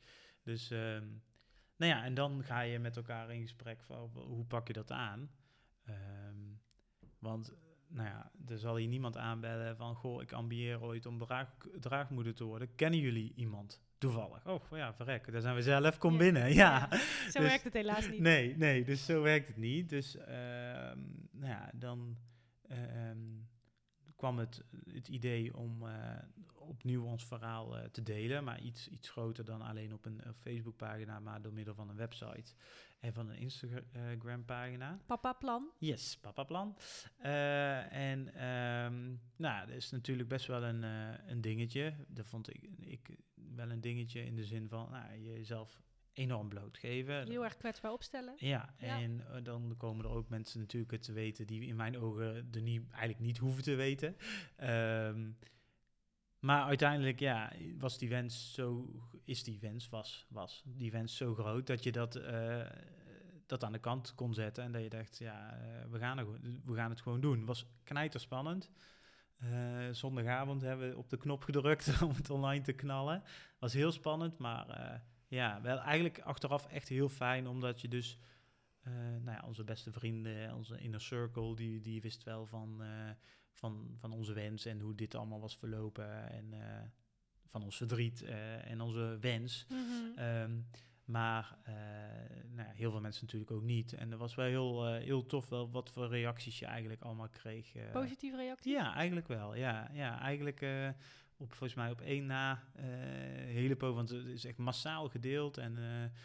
Dus, um, nou ja, en dan ga je met elkaar in gesprek van hoe pak je dat aan? Um, want, nou ja, er zal hier niemand aanbellen van, goh, ik ambieer ooit om draag, draagmoeder te worden. Kennen jullie iemand? Toevallig. Oh, ja, verrek, daar zijn we zelf, kom ja. binnen. Ja. ja. Zo dus, werkt het helaas niet. Nee, nee, dus zo werkt het niet. Dus, um, nou ja, dan um, kwam het, het idee om uh, opnieuw ons verhaal uh, te delen. Maar iets, iets groter dan alleen op een uh, Facebookpagina, maar door middel van een website en van een Instagram-pagina. Papa Plan. Yes, Papa Plan. Uh, en um, nou, dat is natuurlijk best wel een, uh, een dingetje. Dat vond ik, ik wel een dingetje in de zin van nou, jezelf enorm blootgeven. Heel erg kwetsbaar opstellen. Ja, ja. en uh, dan komen er ook mensen natuurlijk het te weten die in mijn ogen er niet, eigenlijk niet hoeven te weten. Um, maar uiteindelijk, ja, was die wens zo, is die wens, was, was die wens zo groot dat je dat, uh, dat aan de kant kon zetten en dat je dacht, ja, uh, we, gaan er, we gaan het gewoon doen. Het was knijterspannend. Uh, zondagavond hebben we op de knop gedrukt om het online te knallen. Was heel spannend, maar uh, ja, wel eigenlijk achteraf echt heel fijn, omdat je dus, uh, nou ja, onze beste vrienden, onze inner circle, die, die wist wel van, uh, van, van onze wens en hoe dit allemaal was verlopen en uh, van ons verdriet uh, en onze wens. Mm-hmm. Um, maar uh, nou ja, heel veel mensen natuurlijk ook niet. En er was wel heel, uh, heel tof wel wat voor reacties je eigenlijk allemaal kreeg. Uh, Positieve reacties? Ja, eigenlijk wel. Ja, ja eigenlijk uh, op, volgens mij op één na uh, hele po, want het is echt massaal gedeeld. En uh, uh,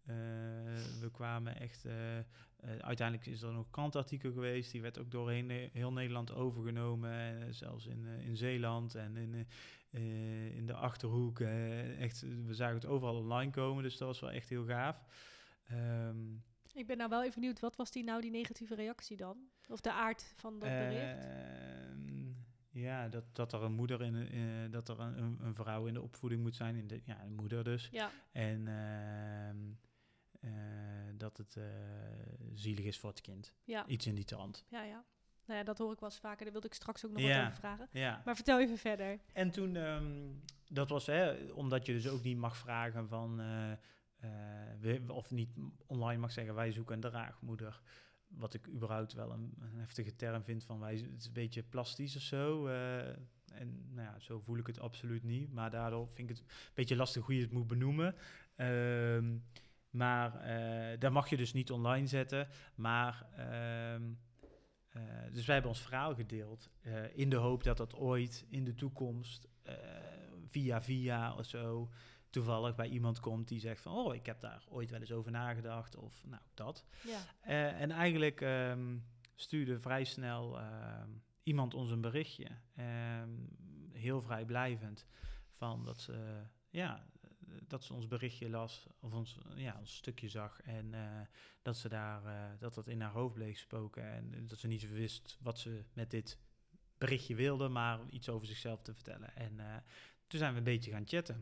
we kwamen echt... Uh, Uh, uiteindelijk is er nog een krantartikel geweest. Die werd ook doorheen ne- heel Nederland overgenomen. Uh, zelfs in, uh, in Zeeland en in, uh, uh, in de Achterhoek. Uh, echt, we zagen het overal online komen. Dus dat was wel echt heel gaaf. Um, Ik ben nou wel even benieuwd. Wat was die nou die negatieve reactie dan? Of de aard van dat bericht? Uh, ja, dat, dat er een moeder in, uh, dat er een, een vrouw in de opvoeding moet zijn. In de, ja, een moeder dus. Ja. En... Uh, Uh, dat het uh, zielig is voor het kind. Ja. Iets in die trant. Ja, ja. Nou ja, dat hoor ik wel eens vaker. Daar wilde ik straks ook nog ja. wat over vragen. Ja. Maar vertel even verder. En toen, um, dat was hè, omdat je dus ook niet mag vragen van... Uh, uh, we, of niet online mag zeggen, wij zoeken een draagmoeder. Wat ik überhaupt wel een, een heftige term vind van wij, het is een beetje plastisch of zo. Uh, en nou ja, zo voel ik het absoluut niet. Maar daardoor vind ik het een beetje lastig hoe je het moet benoemen. Um, Maar uh, daar mag je dus niet online zetten. Maar, uh, uh, dus wij hebben ons verhaal gedeeld. Uh, in de hoop dat dat ooit in de toekomst, uh, via via of zo, toevallig bij iemand komt die zegt van... oh, ik heb daar ooit wel eens over nagedacht. Of nou, dat. Ja. Uh, en eigenlijk um, stuurde vrij snel uh, iemand ons een berichtje. Um, heel vrijblijvend. Van dat ze, uh, ja... dat ze ons berichtje las, of ons, ja, ons stukje zag. En uh, dat ze daar, uh, dat dat in haar hoofd bleef spoken. En dat ze niet zo wist wat ze met dit berichtje wilde, maar iets over zichzelf te vertellen. En uh, toen zijn we een beetje gaan chatten.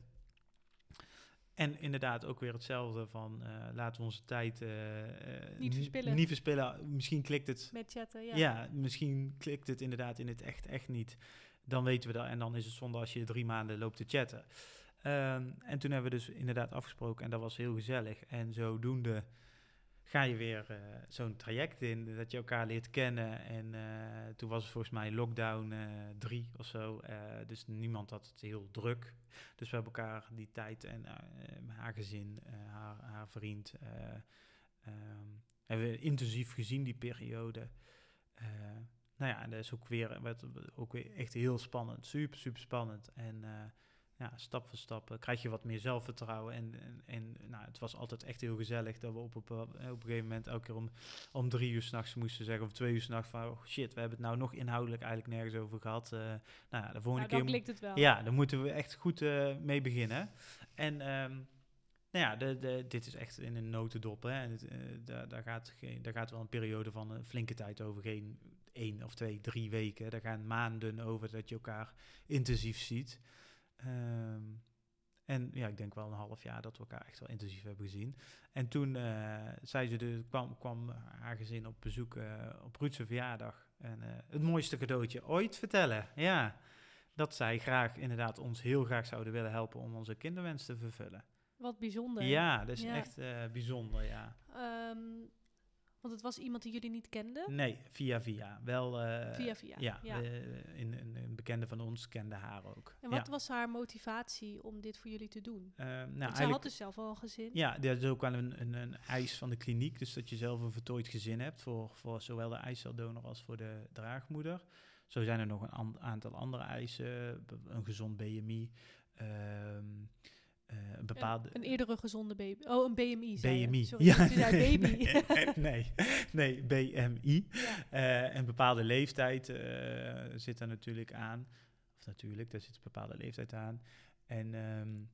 En inderdaad ook weer hetzelfde van, uh, laten we onze tijd uh, niet verspillen. Niet verspillen. Misschien klikt het... Met chatten, ja. Ja, misschien klikt het inderdaad in het echt, echt niet. Dan weten we dat. En dan is het zonde als je drie maanden loopt te chatten. Um, en toen hebben we dus inderdaad afgesproken en dat was heel gezellig. En zodoende ga je weer uh, zo'n traject in, dat je elkaar leert kennen. En uh, toen was het volgens mij lockdown uh, drie of zo, uh, dus niemand had het heel druk. Dus we hebben elkaar die tijd en uh, haar gezin, uh, haar, haar vriend, uh, um, hebben we intensief gezien die periode. Uh, nou ja, en dat is ook weer, werd ook weer echt heel spannend, super, super spannend. En... Uh, Ja, stap voor stap uh, krijg je wat meer zelfvertrouwen. En, en, en nou, het was altijd echt heel gezellig dat we op, op, op een gegeven moment elke keer om, om drie uur 's nachts moesten zeggen, of twee uur 's nachts van, oh shit, we hebben het nou nog inhoudelijk eigenlijk nergens over gehad. Uh, nou ja, de volgende nou, keer... dan klikt het wel. Ja, dan moeten we echt goed uh, mee beginnen. En um, nou ja, de, de, dit is echt in een notendop. Hè. En het, uh, daar, daar, gaat geen, daar gaat wel een periode van een flinke tijd over. Geen één of twee, drie weken. Daar gaan maanden over dat je elkaar intensief ziet. Um, en ja, ik denk wel een half jaar dat we elkaar echt wel intensief hebben gezien. En toen uh, zei ze, de, kwam, kwam haar gezin op bezoek uh, op Ruud's verjaardag. En uh, het mooiste cadeautje ooit vertellen. Ja, dat zij graag inderdaad ons heel graag zouden willen helpen om onze kinderwens te vervullen. Wat bijzonder. Ja, dat is Ja. echt uh, bijzonder, ja. Um, want het was iemand die jullie niet kenden? Nee, via via. Wel, uh, via via, ja. ja. We, in, in, een bekende van ons kende haar ook. En wat ja. was haar motivatie om dit voor jullie te doen? Uh, nou, want zij had dus zelf al een gezin. Ja, dat is ook wel een, een, een eis van de kliniek. Dus dat je zelf een voltooid gezin hebt voor, voor zowel de eiceldonor als voor de draagmoeder. Zo zijn er nog een an- aantal andere eisen. Een gezond B M I. Um, Uh, een bepaalde... Een, een eerdere gezonde baby. Oh, een B M I. B M I. Sorry, ja. je zei baby. nee, nee, B M I. Ja. Uh, een bepaalde leeftijd uh, zit er natuurlijk aan. Of natuurlijk, daar zit een bepaalde leeftijd aan. En um,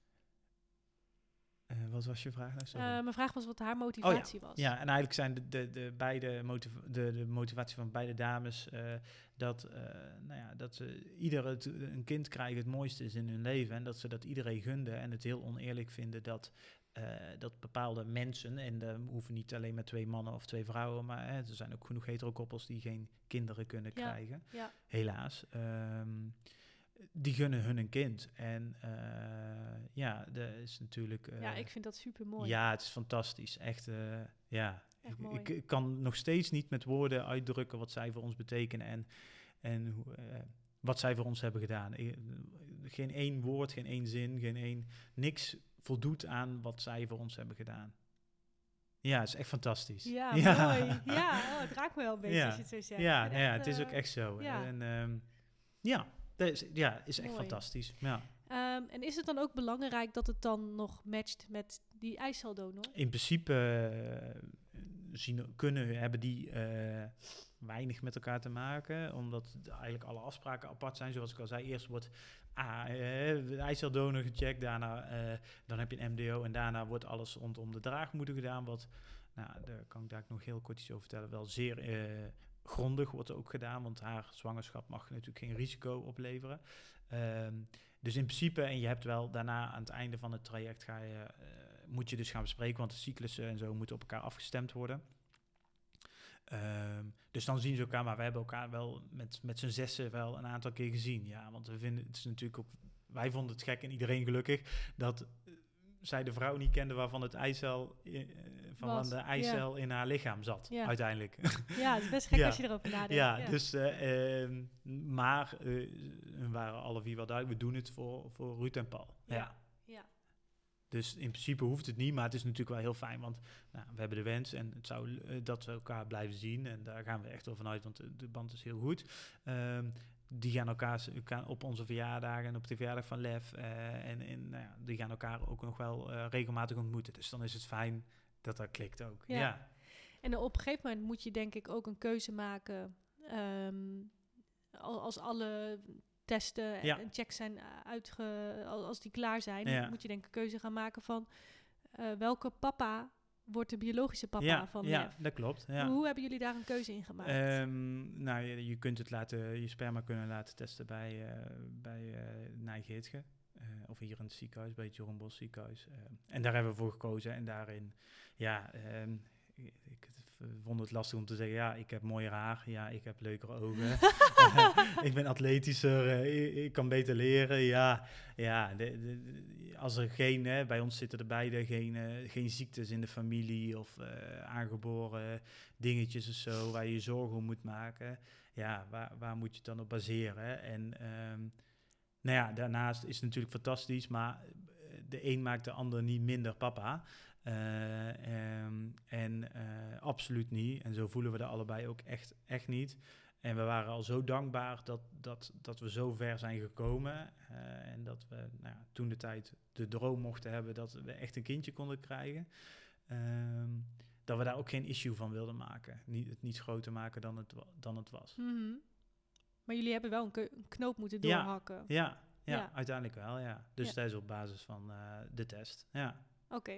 uh, wat was je vraag nou? Sorry. Uh, mijn vraag was wat haar motivatie oh, ja. was. Ja, en eigenlijk zijn de, de, de, beide motiv- de, de motivatie van beide dames uh, dat, uh, nou ja, dat ze ieder het, een kind krijgen het mooiste is in hun leven. En dat ze dat iedereen gunden en het heel oneerlijk vinden dat, uh, dat bepaalde mensen, en we hoeven niet alleen maar twee mannen of twee vrouwen, maar hè, er zijn ook genoeg hetero-koppels die geen kinderen kunnen ja. krijgen. Ja. Helaas. Um, die gunnen hun een kind. En uh, ja, dat is natuurlijk... Uh, ja, ik vind dat super mooi. Ja, het is fantastisch. Echt, uh, ja. Echt ik, mooi. Ik, ik kan nog steeds niet met woorden uitdrukken wat zij voor ons betekenen en, en uh, wat zij voor ons hebben gedaan. Ik, geen één woord, geen één zin, geen één... Niks voldoet aan wat zij voor ons hebben gedaan. Ja, het is echt fantastisch. Ja, ja. mooi. Ja, oh, het raakt me wel een beetje ja. als je het zo zegt. Ja, echt, nou ja, het is uh, ook echt zo. Ja, en, um, ja. Dat is, ja, is echt mooi. fantastisch. Ja. Um, en is het dan ook belangrijk dat het dan nog matcht met die eiceldonor? In principe uh, zien, kunnen, hebben die uh, weinig met elkaar te maken, omdat eigenlijk alle afspraken apart zijn. Zoals ik al zei, eerst wordt ah, uh, de eiceldonor gecheckt, daarna uh, dan heb je een M D O en daarna wordt alles rondom de draagmoeder gedaan, wat, nou, daar kan ik daar nog heel kort iets over vertellen, wel zeer... Uh, grondig wordt er ook gedaan, want haar zwangerschap mag natuurlijk geen risico opleveren. Um, dus in principe, en je hebt wel daarna aan het einde van het traject ga je, uh, moet je dus gaan bespreken, want de cyclussen en zo moeten op elkaar afgestemd worden. Um, dus dan zien ze elkaar, maar we hebben elkaar wel met, met z'n zessen wel een aantal keer gezien. Ja, want we vinden het is natuurlijk ook, wij vonden het gek en iedereen gelukkig dat zij de vrouw niet kende waarvan het eicel uh, van Was, de eicel ja. in haar lichaam zat, ja. uiteindelijk. Ja, het is best gek ja. als je erover nadenkt. Ja, ja. dus, uh, uh, maar uh, we waren alle vier wel duidelijk, we doen het voor, voor Ruud en Paul. Ja. Ja. ja. Dus in principe hoeft het niet, maar het is natuurlijk wel heel fijn, want nou, we hebben de wens en het zou uh, dat we elkaar blijven zien en daar gaan we echt wel vanuit, want de, de band is heel goed. Um, die gaan elkaar op onze verjaardagen en op de verjaardag van Lef uh, en, en nou ja, die gaan elkaar ook nog wel uh, regelmatig ontmoeten. Dus dan is het fijn dat dat klikt ook. Ja. ja. En op een gegeven moment moet je denk ik ook een keuze maken um, als alle testen en, ja. en checks zijn uitge... als die klaar zijn, ja. moet je denk ik een keuze gaan maken van uh, welke papa wordt de biologische papa ja, van ja, Lef. dat klopt. Ja. Hoe hebben jullie daar een keuze in gemaakt? Um, nou, je, je kunt het laten, je sperma kunnen laten testen bij, uh, bij uh, Nijgeertje. Uh, of hier in het ziekenhuis, bij het Jeroen Bosch ziekenhuis. Uh, en daar hebben we voor gekozen. En daarin, ja, um, ik, ik vond het lastig om te zeggen, ja, ik heb mooier haar. Ja, ik heb leukere ogen. uh, ik ben atletischer. Uh, ik, ik kan beter leren. Ja, ja de, de, de, als er geen, hè, bij ons zitten er beide geen, uh, geen ziektes in de familie of uh, aangeboren dingetjes of zo, waar je je zorgen om moet maken. Ja, waar, waar moet je het dan op baseren? En um, nou ja, daarnaast is het natuurlijk fantastisch, maar de een maakt de ander niet minder papa. Uh, um, en uh, absoluut niet. En zo voelen we er allebei ook echt, echt niet. En we waren al zo dankbaar dat, dat, dat we zo ver zijn gekomen. Uh, en dat we nou ja, toen de tijd de droom mochten hebben dat we echt een kindje konden krijgen. Um, dat we daar ook geen issue van wilden maken. Niet, het niet groter maken dan het, dan het was. Mm-hmm. Maar jullie hebben wel een, ke- een knoop moeten doorhakken. Ja, ja, ja, ja. uiteindelijk wel, ja. Dus ja. dat is op basis van uh, de test, ja. Oké. Okay.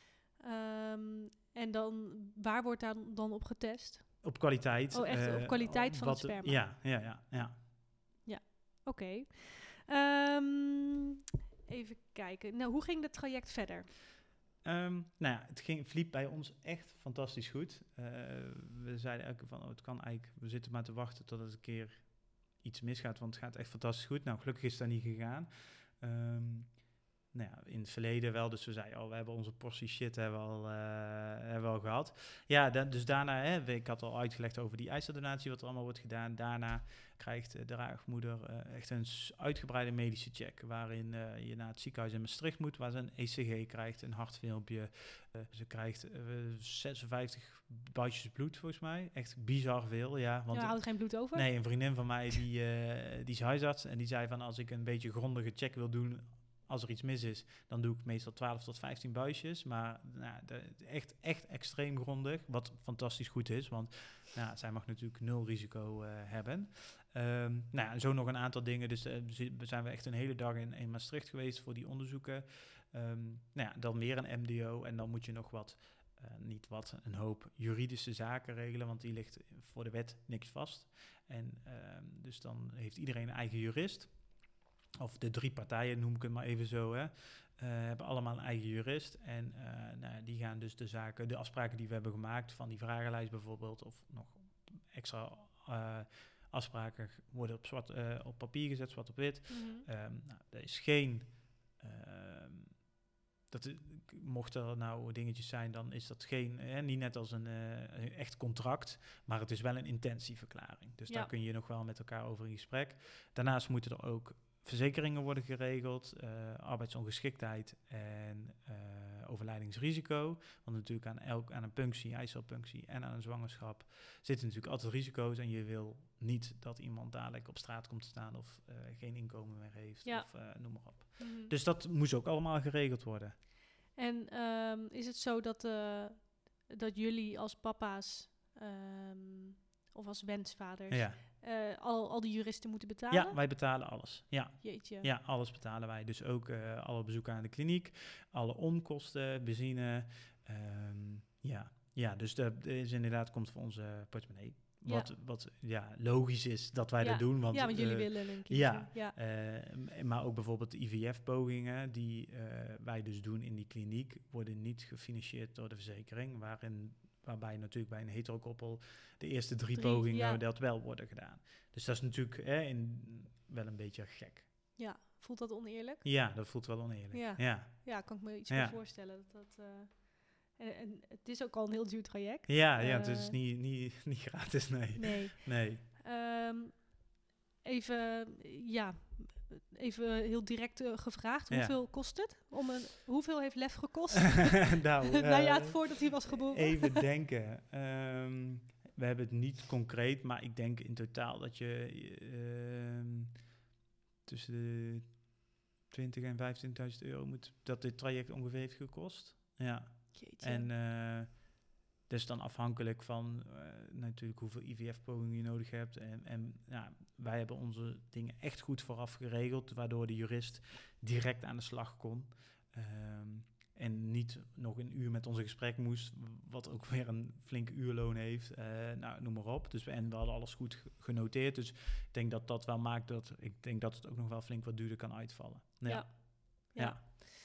Um, en dan, waar wordt daar dan op getest? Op kwaliteit. Oh, echt uh, op kwaliteit van het sperma? Ja, ja, ja. Ja, ja. Oké. Okay. Um, even kijken. Nou, hoe ging het traject verder? Um, nou ja, het ging, verliep bij ons echt fantastisch goed. Uh, we zeiden eigenlijk van, oh, het kan eigenlijk, we zitten maar te wachten tot het een keer iets misgaat, want het gaat echt fantastisch goed. Nou, gelukkig is dat niet gegaan. Um, nou ja, in het verleden wel. Dus we zeiden, oh, we hebben onze portie shit hebben we al, uh, hebben we al gehad. Ja, da- dus daarna, hè, ik had al uitgelegd over die eiceldonatie, wat er allemaal wordt gedaan. Daarna krijgt de draagmoeder uh, echt een uitgebreide medische check, waarin uh, je naar het ziekenhuis in Maastricht moet, waar ze een E C G krijgt, een hartfilmpje. Uh, ze krijgt uh, zesenvijftig buisjes bloed, volgens mij. Echt bizar veel, ja. Want ja, houdt geen bloed over? Nee, een vriendin van mij, die, uh, die is huisarts, en die zei van, als ik een beetje grondige check wil doen, als er iets mis is, dan doe ik meestal twaalf tot vijftien buisjes. Maar nou, de, echt, echt extreem grondig, wat fantastisch goed is, want nou, zij mag natuurlijk nul risico uh, hebben. Um, nou, en zo nog een aantal dingen. Dus uh, zijn we echt een hele dag in, in Maastricht geweest voor die onderzoeken. Um, nou ja, dan weer een M D O en dan moet je nog wat, uh, niet wat, een hoop juridische zaken regelen, want die ligt voor de wet niks vast. En um, dus dan heeft iedereen een eigen jurist. Of de drie partijen, noem ik het maar even zo, hè, uh, hebben allemaal een eigen jurist. En uh, nou, die gaan dus de zaken, de afspraken die we hebben gemaakt, van die vragenlijst bijvoorbeeld, of nog extra uh, afspraken worden op, zwart, uh, op papier gezet, zwart op wit. Mm-hmm. Um, nou, er is geen... Uh, dat is, mocht er nou dingetjes zijn, dan is dat geen, hè, niet net als een, uh, een echt contract, maar het is wel een intentieverklaring. Dus ja. Daar kun je nog wel met elkaar over in gesprek. Daarnaast moeten er ook verzekeringen worden geregeld, uh, arbeidsongeschiktheid en uh, overlijdingsrisico. Want natuurlijk aan, elk, aan een punctie, eicelpunctie en aan een zwangerschap zitten natuurlijk altijd risico's. En je wil niet dat iemand dadelijk op straat komt te staan of uh, geen inkomen meer heeft, ja. of uh, noem maar op. Mm-hmm. Dus dat moest ook allemaal geregeld worden. En um, is het zo dat, uh, dat jullie als papa's um, of als wensvaders... Ja. Uh, al, al die juristen moeten betalen? Ja, wij betalen alles. Ja, Jeetje. Ja, alles betalen wij. Dus ook uh, alle bezoeken aan de kliniek, alle onkosten, benzine. Um, ja. ja, dus dat is inderdaad komt voor onze portemonnee. Ja. Wat, wat ja, logisch is dat wij ja. dat doen. Want, ja, want jullie uh, willen een kindje. Ja, ja. Uh, maar ook bijvoorbeeld de I V F-pogingen die uh, wij dus doen in die kliniek, worden niet gefinancierd door de verzekering, waarin... waarbij natuurlijk bij een heterokoppel de eerste drie, drie pogingen ja. dat wel worden gedaan. Dus dat is natuurlijk hè, in, wel een beetje gek. Ja, voelt dat oneerlijk? Ja, dat voelt wel oneerlijk. Ja, ja. ja kan ik me iets ja. voorstellen. Dat dat, uh, en, en het is ook al een heel duur traject. Ja, uh, ja het is niet, niet, niet gratis, nee. Nee. nee. Um, even, ja... Even heel direct uh, gevraagd, ja. hoeveel kost het? Om een, hoeveel heeft Lef gekost? nou, uh, nou ja, het voordat hij was geboren. Even denken. Um, we hebben het niet concreet, maar ik denk in totaal dat je uh, tussen de twintig en vijfentwintigduizend euro moet, dat dit traject ongeveer heeft gekost. Ja. Jeetje. En uh, dat is dan afhankelijk van uh, natuurlijk hoeveel I V F-pogingen je nodig hebt. En, en ja, wij hebben onze dingen echt goed vooraf geregeld, waardoor de jurist direct aan de slag kon. Um, en niet nog een uur met ons in gesprek moest, wat ook weer een flink uurloon heeft. Uh, nou, noem maar op. Dus we, en we hadden alles goed genoteerd. Dus ik denk dat dat wel maakt dat, ik denk dat het ook nog wel flink wat duurder kan uitvallen. Ja. ja. ja.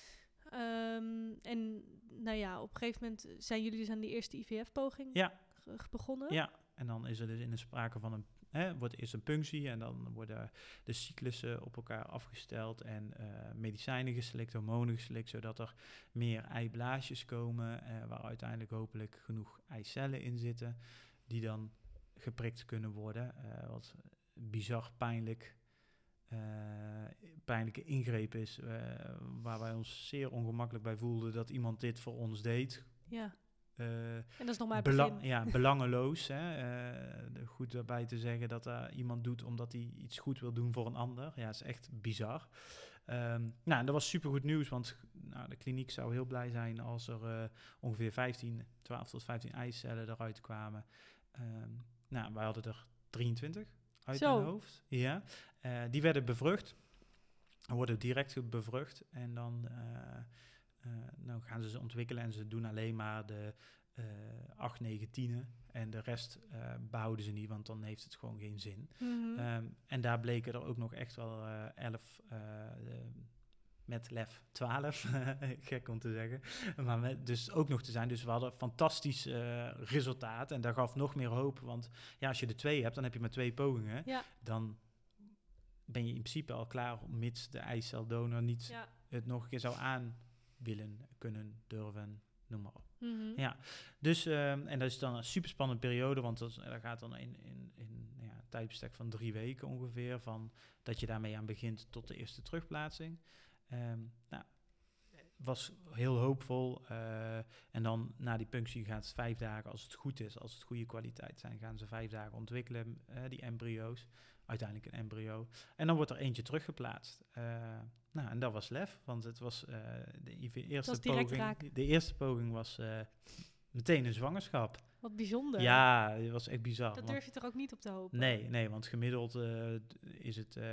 ja. Um, en nou ja, op een gegeven moment zijn jullie dus aan die eerste I V F-poging ja. g- begonnen. Ja, en dan is er dus in de sprake van een, hè, wordt eerst een punctie en dan worden de cyclussen op elkaar afgesteld en uh, medicijnen geslikt, hormonen geslikt, zodat er meer eiblaasjes komen, uh, waar uiteindelijk hopelijk genoeg eicellen in zitten, die dan geprikt kunnen worden. Uh, wat bizar pijnlijk Uh, pijnlijke ingreep is, uh, waar wij ons zeer ongemakkelijk bij voelden dat iemand dit voor ons deed. Ja. Uh, en dat is nog maar het bela- begin. Ja, belangeloos. Hè? Uh, goed daarbij te zeggen dat er iemand doet omdat hij iets goed wil doen voor een ander. Ja, dat is echt bizar. Um, nou, dat was supergoed nieuws, want nou, de kliniek zou heel blij zijn als er uh, ongeveer vijftien, twaalf tot vijftien eicellen eruit kwamen. Um, nou, wij hadden er drieëntwintig. Uit Zo. mijn hoofd. Ja. Uh, die werden bevrucht. Worden direct bevrucht. En dan uh, uh, nou gaan ze ze ontwikkelen. En ze doen alleen maar de uh, acht, negen, tien. En de rest uh, behouden ze niet. Want dan heeft het gewoon geen zin. Mm-hmm. Um, en daar bleken er ook nog echt wel uh, elf... Uh, de, met Lef twaalf, gek om te zeggen. Maar met, dus ook nog te zijn. Dus we hadden een fantastisch uh, resultaat. En dat gaf nog meer hoop. Want ja, als je er twee hebt, dan heb je maar twee pogingen. Ja. Dan ben je in principe al klaar, mits de eiceldonor niet ja. het nog een keer zou aan willen, kunnen, durven, noem maar op. Mm-hmm. Ja, dus, um, en dat is dan een super spannende periode, want dat, dat gaat dan in, in, in ja, een tijdbestek van drie weken ongeveer, van dat je daarmee aan begint tot de eerste terugplaatsing. Um, nou, was heel hoopvol. Uh, en dan na die punctie gaat het vijf dagen, als het goed is, als het goede kwaliteit zijn, gaan ze vijf dagen ontwikkelen, uh, die embryo's. Uiteindelijk een embryo. En dan wordt er eentje teruggeplaatst. Uh, nou, en dat was lef, want het was uh, de eerste was direct poging. raak. De eerste poging was uh, meteen een zwangerschap. Wat bijzonder. Ja, het was echt bizar. Dat durf je toch ook niet op te hopen? Nee, nee, want gemiddeld uh, is het uh,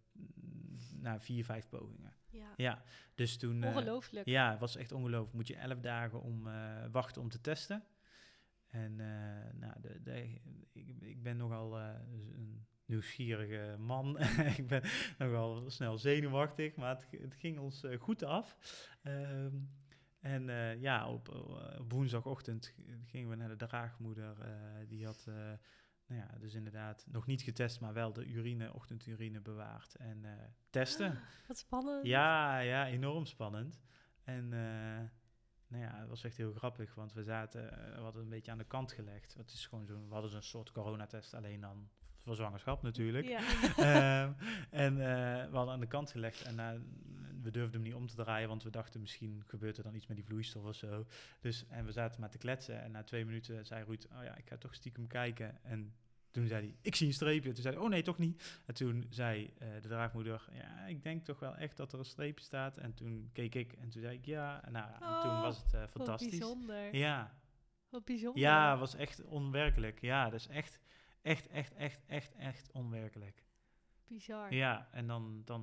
nou, vier, vijf pogingen. Ja. Ja, dus toen... Ongelooflijk. Uh, ja, het was echt ongelooflijk. Moet je elf dagen om uh, wachten om te testen. En uh, nou, de, de, ik, ik ben nogal uh, een nieuwsgierige man. Ik ben nogal snel zenuwachtig, maar het, het ging ons uh, goed af. Um, en uh, ja, op, uh, op woensdagochtend gingen we naar de draagmoeder. Uh, die had, uh, nou ja, dus inderdaad nog niet getest, maar wel de urine, ochtendurine bewaard en uh, testen. Wat spannend. Ja, ja, enorm spannend. En uh, nou ja, het was echt heel grappig, want we zaten, uh, we hadden een beetje aan de kant gelegd. Het is gewoon zo, we hadden zo'n soort coronatest, alleen dan voor zwangerschap natuurlijk. Ja. um, en uh, we hadden aan de kant gelegd en uh, we durfden hem niet om te draaien, want we dachten misschien gebeurt er dan iets met die vloeistof of zo. Dus, en we zaten maar te kletsen en na twee minuten zei Ruud, oh ja, ik ga toch stiekem kijken. En toen zei hij, ik zie een streepje. Toen zei hij, oh nee, toch niet. En toen zei uh, de draagmoeder, ja, ik denk toch wel echt dat er een streepje staat. En toen keek ik en toen zei ik, ja. En, nou, oh, en toen was het uh, fantastisch. Wat bijzonder. Ja. Wat bijzonder. Ja, het was echt onwerkelijk. Ja, dat is echt, echt, echt, echt, echt, echt onwerkelijk. Bizar. Ja, en dan, dan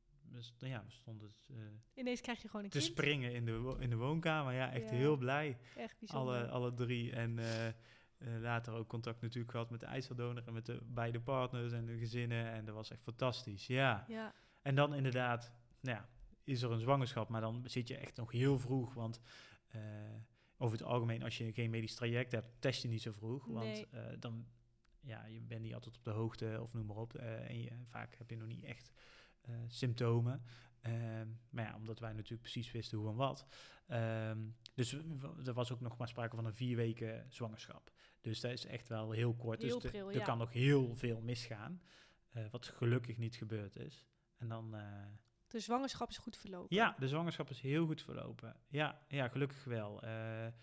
ja, we stonden het, uh, ineens krijg je gewoon een te kind. springen in de, wo- in de woonkamer. Ja, echt Ja. heel blij. Echt bijzonder. Alle, alle drie. En uh, uh, later ook contact natuurlijk gehad met de eicel-donor en met de beide partners en de gezinnen. En dat was echt fantastisch, ja. ja. En dan inderdaad, nou ja, is er een zwangerschap, maar dan zit je echt nog heel vroeg. Want uh, over het algemeen, als je geen medisch traject hebt, test je niet zo vroeg. Nee. Want uh, dan, ja, je bent niet altijd op de hoogte of noem maar op. Uh, en je, vaak heb je nog niet echt uh, symptomen. Uh, maar ja, omdat wij natuurlijk precies wisten hoe en wat. Um, dus w- er was ook nog maar sprake van een vier weken zwangerschap. Dus dat is echt wel heel kort. Heel dus pril, er ja. kan nog heel veel misgaan. Uh, wat gelukkig niet gebeurd is. En dan... Uh, de zwangerschap is goed verlopen. Ja, de zwangerschap is heel goed verlopen. Ja, ja gelukkig wel. Uh, uh,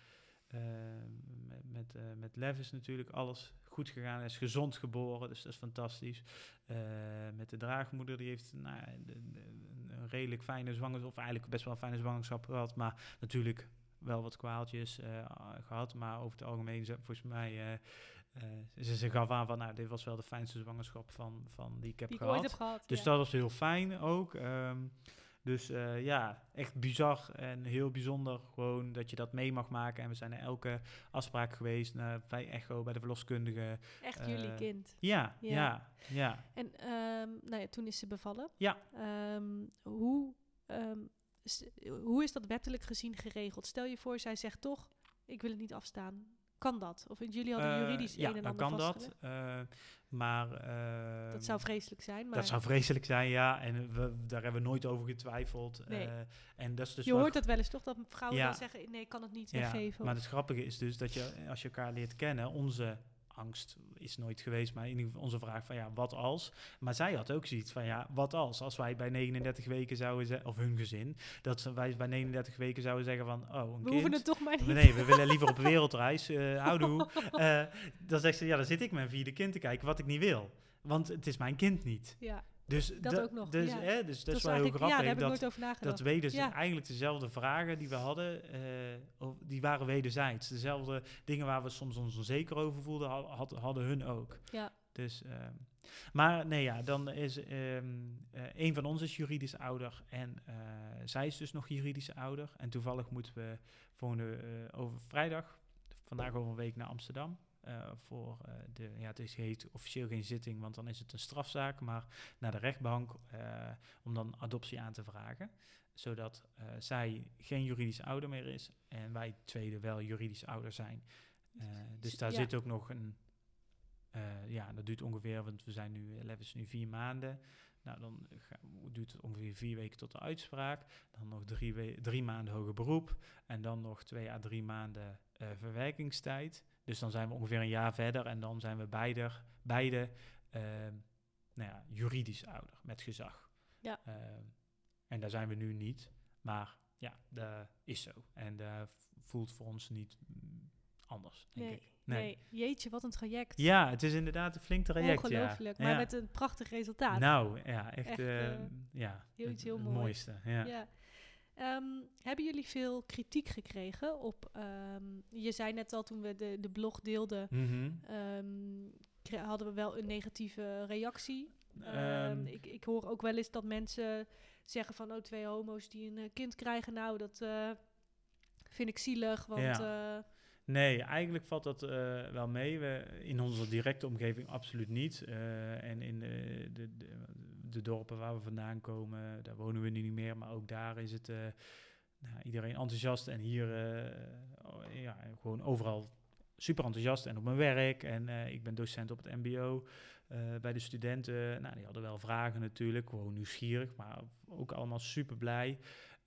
met met, uh, met Lev is natuurlijk alles goed gegaan. Hij is gezond geboren, dus dat is fantastisch. Uh, met de draagmoeder, die heeft nou, de, de, een redelijk fijne zwangerschap, of eigenlijk best wel een fijne zwangerschap gehad, maar natuurlijk wel wat kwaaltjes uh, gehad. Maar over het algemeen, volgens mij, uh, uh, ze, ze gaf aan van, nou, dit was wel de fijnste zwangerschap van, van die ik heb die ik gehad. ooit heb gehad. Dus ja. dat was heel fijn ook. Um, Dus uh, ja, echt bizar en heel bijzonder gewoon dat je dat mee mag maken. En we zijn naar elke afspraak geweest, naar, bij Echo, bij de verloskundige. Echt uh, jullie kind. Ja, ja, ja. ja. En um, nou ja, toen is ze bevallen. Ja. Um, hoe, um, s- hoe is dat wettelijk gezien geregeld? Stel je voor, zij zegt toch, ik wil het niet afstaan. Kan dat? Of jullie hadden Uh, juridisch ja, een en dan ander kan vastgelegd? dat. Uh, maar... Uh, Dat zou vreselijk zijn. Maar dat zou vreselijk zijn, ja. En we, daar hebben we nooit over getwijfeld. Nee. Uh, en dat is dus je wel hoort dat wel eens toch, dat vrouwen ja. dan zeggen, nee, ik kan het niet ja, weggeven. maar het grappige is dus dat je, als je elkaar leert kennen, onze angst is nooit geweest, maar in ieder geval onze vraag van ja, wat als? Maar zij had ook zoiets van ja, wat als? Als wij bij negenendertig weken zouden zeggen, of hun gezin, dat wij bij negenendertig weken zouden zeggen van, oh, een we kind. hoeven het toch maar niet. Nee, we willen liever op wereldreis, uh, houdoe. Uh, dan zegt ze, ja, dan zit ik mijn vierde kind te kijken, wat ik niet wil. Want het is mijn kind niet. Ja. Dus dat da- ook nog. Dus, ja. hè, dus dat, dat is wel heel grappig. Ja, daar heb ik dat, nooit over nagedacht. dat we dus ja. eigenlijk dezelfde vragen die we hadden, uh, die waren wederzijds. Dezelfde dingen waar we soms ons onzeker over voelden, had, hadden hun ook. Ja. Dus, uh, maar nee, ja, dan is um, uh, een van ons is juridisch ouder en uh, zij is dus nog juridisch ouder. En toevallig moeten we volgende uh, over vrijdag, vandaag over een week naar Amsterdam. Uh, voor uh, de, ja, het is, heet officieel geen zitting, want dan is het een strafzaak, maar naar de rechtbank uh, om dan adoptie aan te vragen, zodat uh, zij geen juridisch ouder meer is en wij tweede wel juridisch ouder zijn. Uh, dus daar ja. zit ook nog een, Uh, ja, dat duurt ongeveer, want we zijn nu, Lef is nu vier maanden. Nou, dan ga, duurt het ongeveer vier weken tot de uitspraak. Dan nog drie, we- drie maanden hoger beroep. En dan nog twee à drie maanden uh, verwerkingstijd. Dus dan zijn we ongeveer een jaar verder. En dan zijn we beide, beide uh, nou ja, juridisch ouder, met gezag. Ja. Uh, en daar zijn we nu niet. Maar ja, dat is zo. En dat voelt voor ons niet mm, anders, denk nee, ik. Nee. nee, jeetje, wat een traject. Ja, het is inderdaad een flink traject. Ongelooflijk, ja. maar ja. met een prachtig resultaat. Nou, ja, echt, echt uh, uh, ja, heel, het, heel het mooi. mooiste. Ja. Ja. Um, hebben jullie veel kritiek gekregen op... Um, je zei net al, toen we de, de blog deelden... Mm-hmm. Um, kre- hadden we wel een negatieve reactie. Um, Um, ik, ik hoor ook wel eens dat mensen zeggen van... oh, twee homo's die een uh, kind krijgen... nou, dat uh, vind ik zielig, want... Ja. Uh, Nee, eigenlijk valt dat uh, wel mee. We, in onze directe omgeving absoluut niet. Uh, en in de, de, de, de dorpen waar we vandaan komen, daar wonen we nu niet meer. Maar ook daar is het uh, nou, iedereen enthousiast. En hier uh, ja, gewoon overal super enthousiast. En op mijn werk. En uh, ik ben docent op het mbo. Uh, bij de studenten, nou, die hadden wel vragen natuurlijk. Gewoon nieuwsgierig, maar ook allemaal super blij.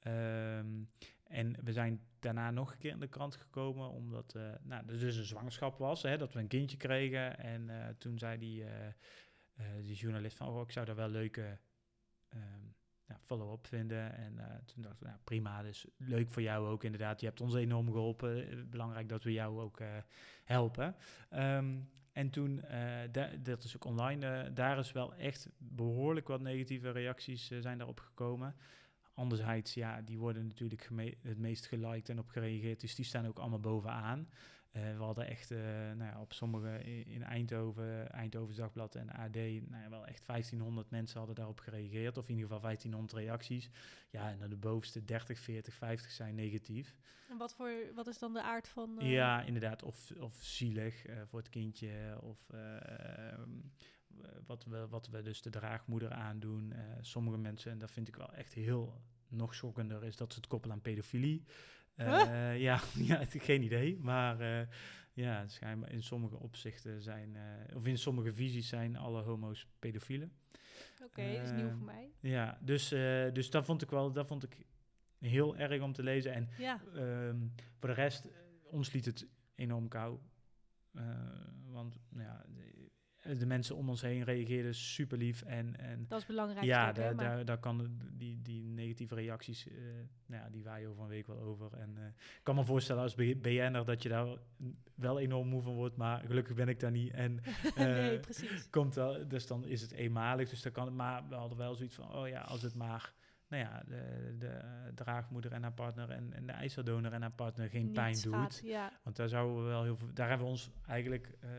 Um, En we zijn daarna nog een keer in de krant gekomen, omdat uh, nou, er dus een zwangerschap was, hè, dat we een kindje kregen. En uh, toen zei die, uh, uh, die journalist van, oh, ik zou daar wel leuke um, ja, follow-up vinden. En uh, toen dachten we, nou, prima, dus leuk voor jou ook inderdaad. Je hebt ons enorm geholpen. Belangrijk dat we jou ook uh, helpen. Um, en toen, uh, da- dat is ook online, uh, daar is wel echt behoorlijk wat negatieve reacties uh, zijn daarop gekomen. Anderzijds, ja, die worden natuurlijk geme- het meest geliked en op gereageerd. Dus die staan ook allemaal bovenaan. Uh, we hadden echt uh, nou ja, op sommige in, in Eindhoven, Eindhovens Dagblad en A D... Nou ja, wel echt vijftienhonderd mensen hadden daarop gereageerd. Of in ieder geval vijftienhonderd reacties. Ja, en dan de bovenste dertig, veertig, vijftig zijn negatief. En wat, voor, wat is dan de aard van... Uh... Ja, inderdaad. Of, of zielig uh, voor het kindje. Of... Uh, um, Wat we, wat we dus de draagmoeder aandoen. Uh, sommige mensen, en dat vind ik wel echt heel nog schokkender, is dat ze het koppelen aan pedofilie. Uh, huh? Ja, ja, geen idee. Maar uh, ja, schijnbaar in sommige opzichten zijn, uh, of in sommige visies zijn alle homo's pedofielen. Oké, okay, uh, dat is nieuw voor mij. Ja, dus, uh, dus dat vond ik wel, dat vond ik heel erg om te lezen. En ja. um, voor de rest, uh, ons liet het enorm kou. Uh, want, ja... De mensen om ons heen reageerden super lief. En, en dat is belangrijk. Ja, ook, daar, hè, maar... daar, daar kan die, die negatieve reacties, uh, nou ja, die waaien over een week wel over. En uh, ik kan me voorstellen als B N'er dat je daar wel enorm moe van wordt. Maar gelukkig ben ik daar niet. En, uh, nee, precies. Komt wel, dus dan is het eenmalig. Dus dan kan het maar, we hadden wel zoiets van, oh ja, als het maar... Nou ja, de, de uh, draagmoeder en haar partner en, en de eicerdonor en haar partner geen Niet pijn gaat, doet. Ja. Want daar zouden we wel heel veel... Daar hebben we ons eigenlijk... Uh,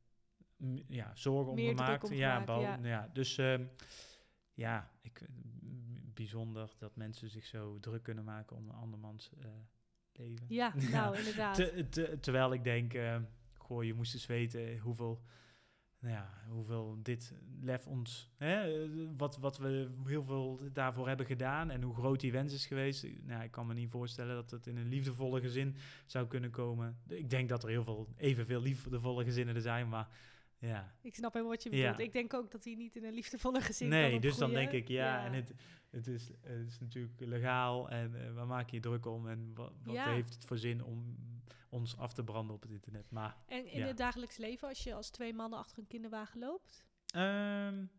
M- ja, zorgen om Meer gemaakt. om ja, gemaakt, bouw, ja. ja, dus um, ja, ik, bijzonder dat mensen zich zo druk kunnen maken om een andermans uh, leven. Ja, nou inderdaad. Te, te, terwijl ik denk, uh, goh, je moest eens weten hoeveel, nou ja, hoeveel dit Lef ons, hè, wat, wat we heel veel daarvoor hebben gedaan en hoe groot die wens is geweest. Nou, ik kan me niet voorstellen dat het in een liefdevolle gezin zou kunnen komen. Ik denk dat er heel veel, evenveel liefdevolle gezinnen er zijn, maar ja. Ik snap helemaal wat je bedoelt. Ja. Ik denk ook dat hij niet in een liefdevolle gezin nee, kan opgroeien. Dus dan denk ik, ja, ja. en het, het, is, het is natuurlijk legaal en uh, waar maak je je druk om en wat, wat ja. heeft het voor zin om ons af te branden op het internet. Maar, en in ja. het dagelijks leven, als je als twee mannen achter een kinderwagen loopt? Um,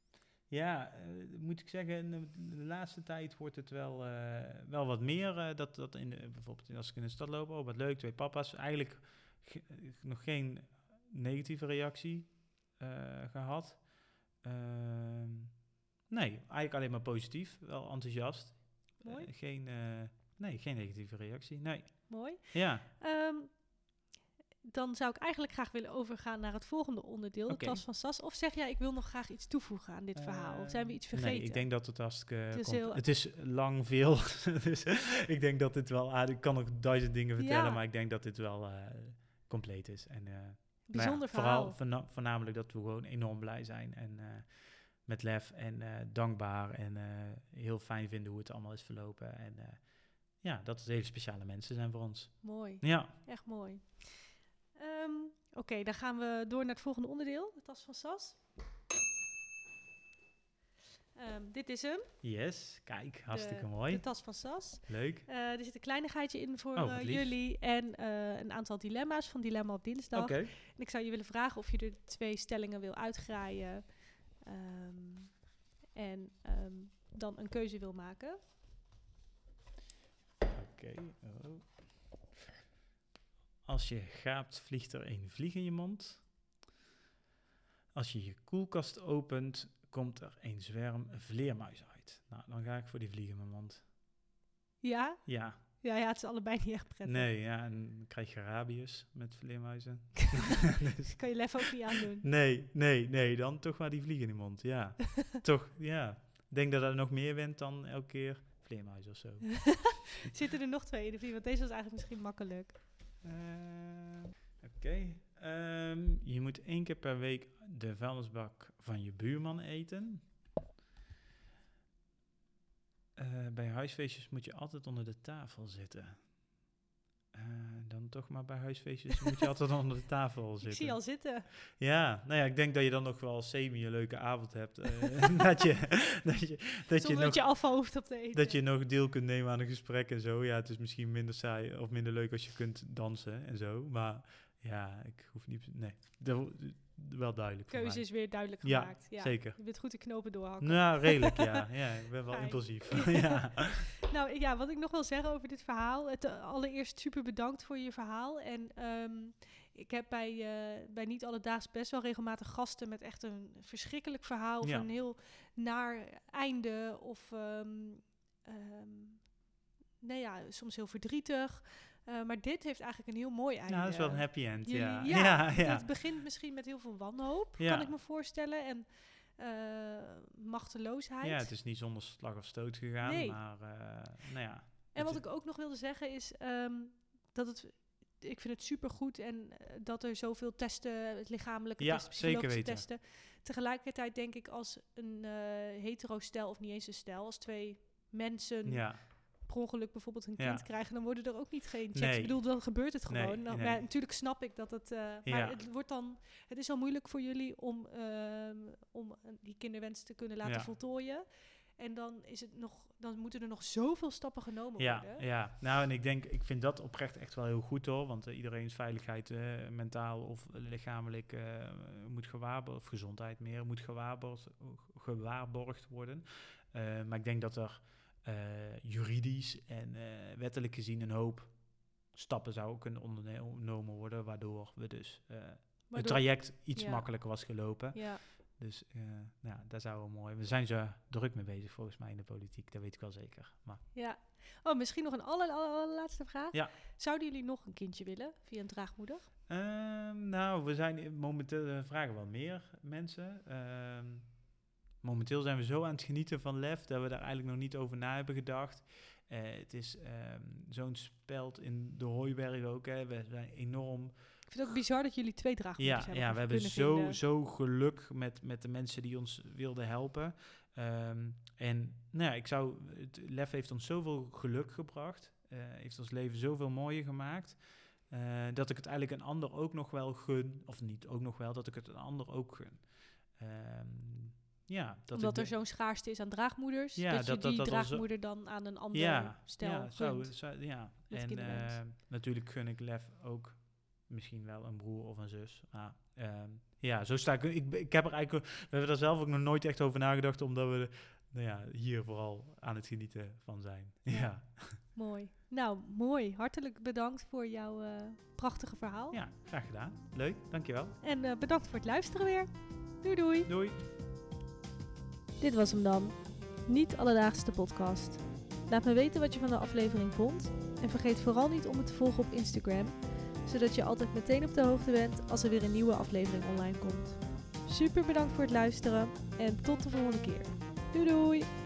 ja, uh, moet ik zeggen, in de, de laatste tijd wordt het wel, uh, wel wat meer. Uh, dat, dat in de, bijvoorbeeld als ik in de stad loop, oh wat leuk, twee papa's. Eigenlijk ge, nog geen negatieve reactie uh, gehad. Uh, nee, eigenlijk alleen maar positief, wel enthousiast. Mooi. Uh, geen, uh, nee, geen negatieve reactie, nee. Mooi. Ja. Um, dan zou ik eigenlijk graag willen overgaan naar het volgende onderdeel, okay. de tas van Sas. Of zeg jij, ik wil nog graag iets toevoegen aan dit uh, verhaal? Of zijn we iets vergeten? Nee, ik denk dat het hartstikke... Het is, heel... het is lang veel. Dus ik denk dat dit wel... Ah, ik kan nog duizend dingen vertellen, ja. maar ik denk dat dit wel uh, compleet is. En, uh, Bijzonder nou ja, verhaal. Vooral voorna- voornamelijk dat we gewoon enorm blij zijn. En uh, met Lef en uh, dankbaar. En uh, heel fijn vinden hoe het allemaal is verlopen. En uh, ja, dat het hele speciale mensen zijn voor ons. Mooi. Ja. Echt mooi. Um, Oké, okay, dan gaan we door naar het volgende onderdeel. De tas van Sas. Um, dit is hem. Yes, kijk, hartstikke de, mooi. De tas van Sas. Leuk. Uh, er zit een kleinigheidje in voor oh, uh, jullie en uh, een aantal dilemma's van Dilemma op Dinsdag. Okay. En ik zou je willen vragen of je er twee stellingen wil uitgraaien um, en um, dan een keuze wil maken. Oké. Okay. Oh. Als je gaapt, vliegt er een vlieg in je mond. Als je je koelkast opent, komt er een zwerm vleermuizen uit. Nou, dan ga ik voor die vlieg in mijn mond. Ja? Ja. Ja, ja, het is allebei niet echt prettig. Nee, ja, en dan krijg je rabies met vleermuizen. dus kan je lef ook niet aandoen. Nee, nee, nee, dan toch maar die vlieg in de mond, ja. toch, ja. Ik denk dat er nog meer wint dan elke keer vleermuizen of zo. Zitten er nog twee in de vlieg? Want deze was eigenlijk misschien makkelijk. Uh, Oké. Okay. Um, je moet één keer per week de vuilnisbak van je buurman eten. Uh, bij huisfeestjes moet je altijd onder de tafel zitten. Uh, dan toch maar bij huisfeestjes moet je altijd onder de tafel zitten. Ik zie je al zitten. Ja, nou ja, ik denk dat je dan nog wel semi een leuke avond hebt. Uh, dat je, dat je, dat Zonder je dat nog, je afval hoeft op te eten. Dat je nog deel kunt nemen aan een gesprek en zo. Ja, het is misschien minder saai of minder leuk als je kunt dansen en zo. Maar ja, ik hoef niet... Nee, dat, wel duidelijk. De keuze is weer duidelijk ja, gemaakt. Ja, zeker. Je bent goed de knopen doorhakken. Nou, redelijk, ja. Ja, ik ben wel Fijn. impulsief. ja. Nou ja, wat ik nog wil zeggen over dit verhaal. Het, uh, allereerst super bedankt voor je verhaal. En um, ik heb bij, uh, bij Niet Alledaags best wel regelmatig gasten met echt een verschrikkelijk verhaal. Of ja. een heel naar einde. Of um, um, nee, ja, soms heel verdrietig. Uh, maar dit heeft eigenlijk een heel mooi einde. Nou, dat is wel een happy end, Jullie, ja. ja, ja, ja. Het begint misschien met heel veel wanhoop, ja. kan ik me voorstellen. En uh, machteloosheid. Ja, het is niet zonder slag of stoot gegaan, nee. maar uh, nou ja. En wat ik ook nog wilde zeggen is um, dat het... Ik vind het supergoed en uh, dat er zoveel testen, het lichamelijke ja, testen, psychologische zeker weten. testen. Tegelijkertijd denk ik als een uh, hetero-stel, of niet eens een stel, als twee mensen... Ja. per ongeluk bijvoorbeeld een ja. kind krijgen, dan worden er ook niet geen checks. Nee. Ik bedoel, dan gebeurt het gewoon. Nee, nou, nee. maar natuurlijk snap ik dat het... Uh, ja. Maar het wordt dan... Het is al moeilijk voor jullie om, uh, om die kinderwens te kunnen laten ja. voltooien. En dan is het nog... Dan moeten er nog zoveel stappen genomen ja, worden. Ja, nou en ik denk... Ik vind dat oprecht echt wel heel goed hoor. Want uh, iedereen's veiligheid, uh, mentaal of lichamelijk, uh, moet gewaarborgd... Of gezondheid meer, moet gewaarborgd, gewaarborgd worden. Uh, maar ik denk dat er... Uh, juridisch en uh, wettelijk gezien een hoop stappen zouden kunnen ondernomen worden, waardoor we dus uh, waardoor, het traject iets ja. makkelijker was gelopen. Ja. Dus uh, nou, daar zouden we mooi... We zijn zo druk mee bezig volgens mij in de politiek, dat weet ik wel zeker. Maar. Ja. Oh, misschien nog een aller, aller, allerlaatste vraag. Ja. Zouden jullie nog een kindje willen via een draagmoeder? Uh, nou, we zijn momenteel uh, vragen wel meer mensen. Uh, Momenteel zijn we zo aan het genieten van Lef dat we daar eigenlijk nog niet over na hebben gedacht. Uh, het is um, zo'n speld in de Hooiberg ook. Hè. We zijn enorm... Ik vind het ook bizar dat jullie twee draagmoeders ja, hebben. Ja, we hebben zo, zo geluk met, met de mensen die ons wilden helpen. Um, en nou ja, ik zou... Het, Lef heeft ons zoveel geluk gebracht. Uh, heeft ons leven zoveel mooier gemaakt. Uh, dat ik het eigenlijk een ander ook nog wel gun. Of niet ook nog wel, dat ik het een ander ook gun. Um, Ja, dat Omdat de, er zo'n schaarste is aan draagmoeders, ja, dat je dat, die dat, dat draagmoeder zo, dan aan een ander ja, stel ja, gunt. zo, zo, ja. En uh, uh, natuurlijk gun ik Lef ook misschien wel een broer of een zus. Maar uh, ja, zo sta ik, ik. Ik heb er eigenlijk... We hebben er zelf ook nog nooit echt over nagedacht, omdat we nou ja, hier vooral aan het genieten van zijn. Ja. ja. Mooi. Nou, mooi. Hartelijk bedankt voor jouw uh, prachtige verhaal. Ja, graag gedaan. Leuk, dankjewel. En uh, bedankt voor het luisteren weer. Doei doei. Doei. Dit was hem dan. Niet Alledaagse podcast. Laat me weten wat je van de aflevering vond. En vergeet vooral niet om me te volgen op Instagram. Zodat je altijd meteen op de hoogte bent als er weer een nieuwe aflevering online komt. Super bedankt voor het luisteren. En tot de volgende keer. Doei doei.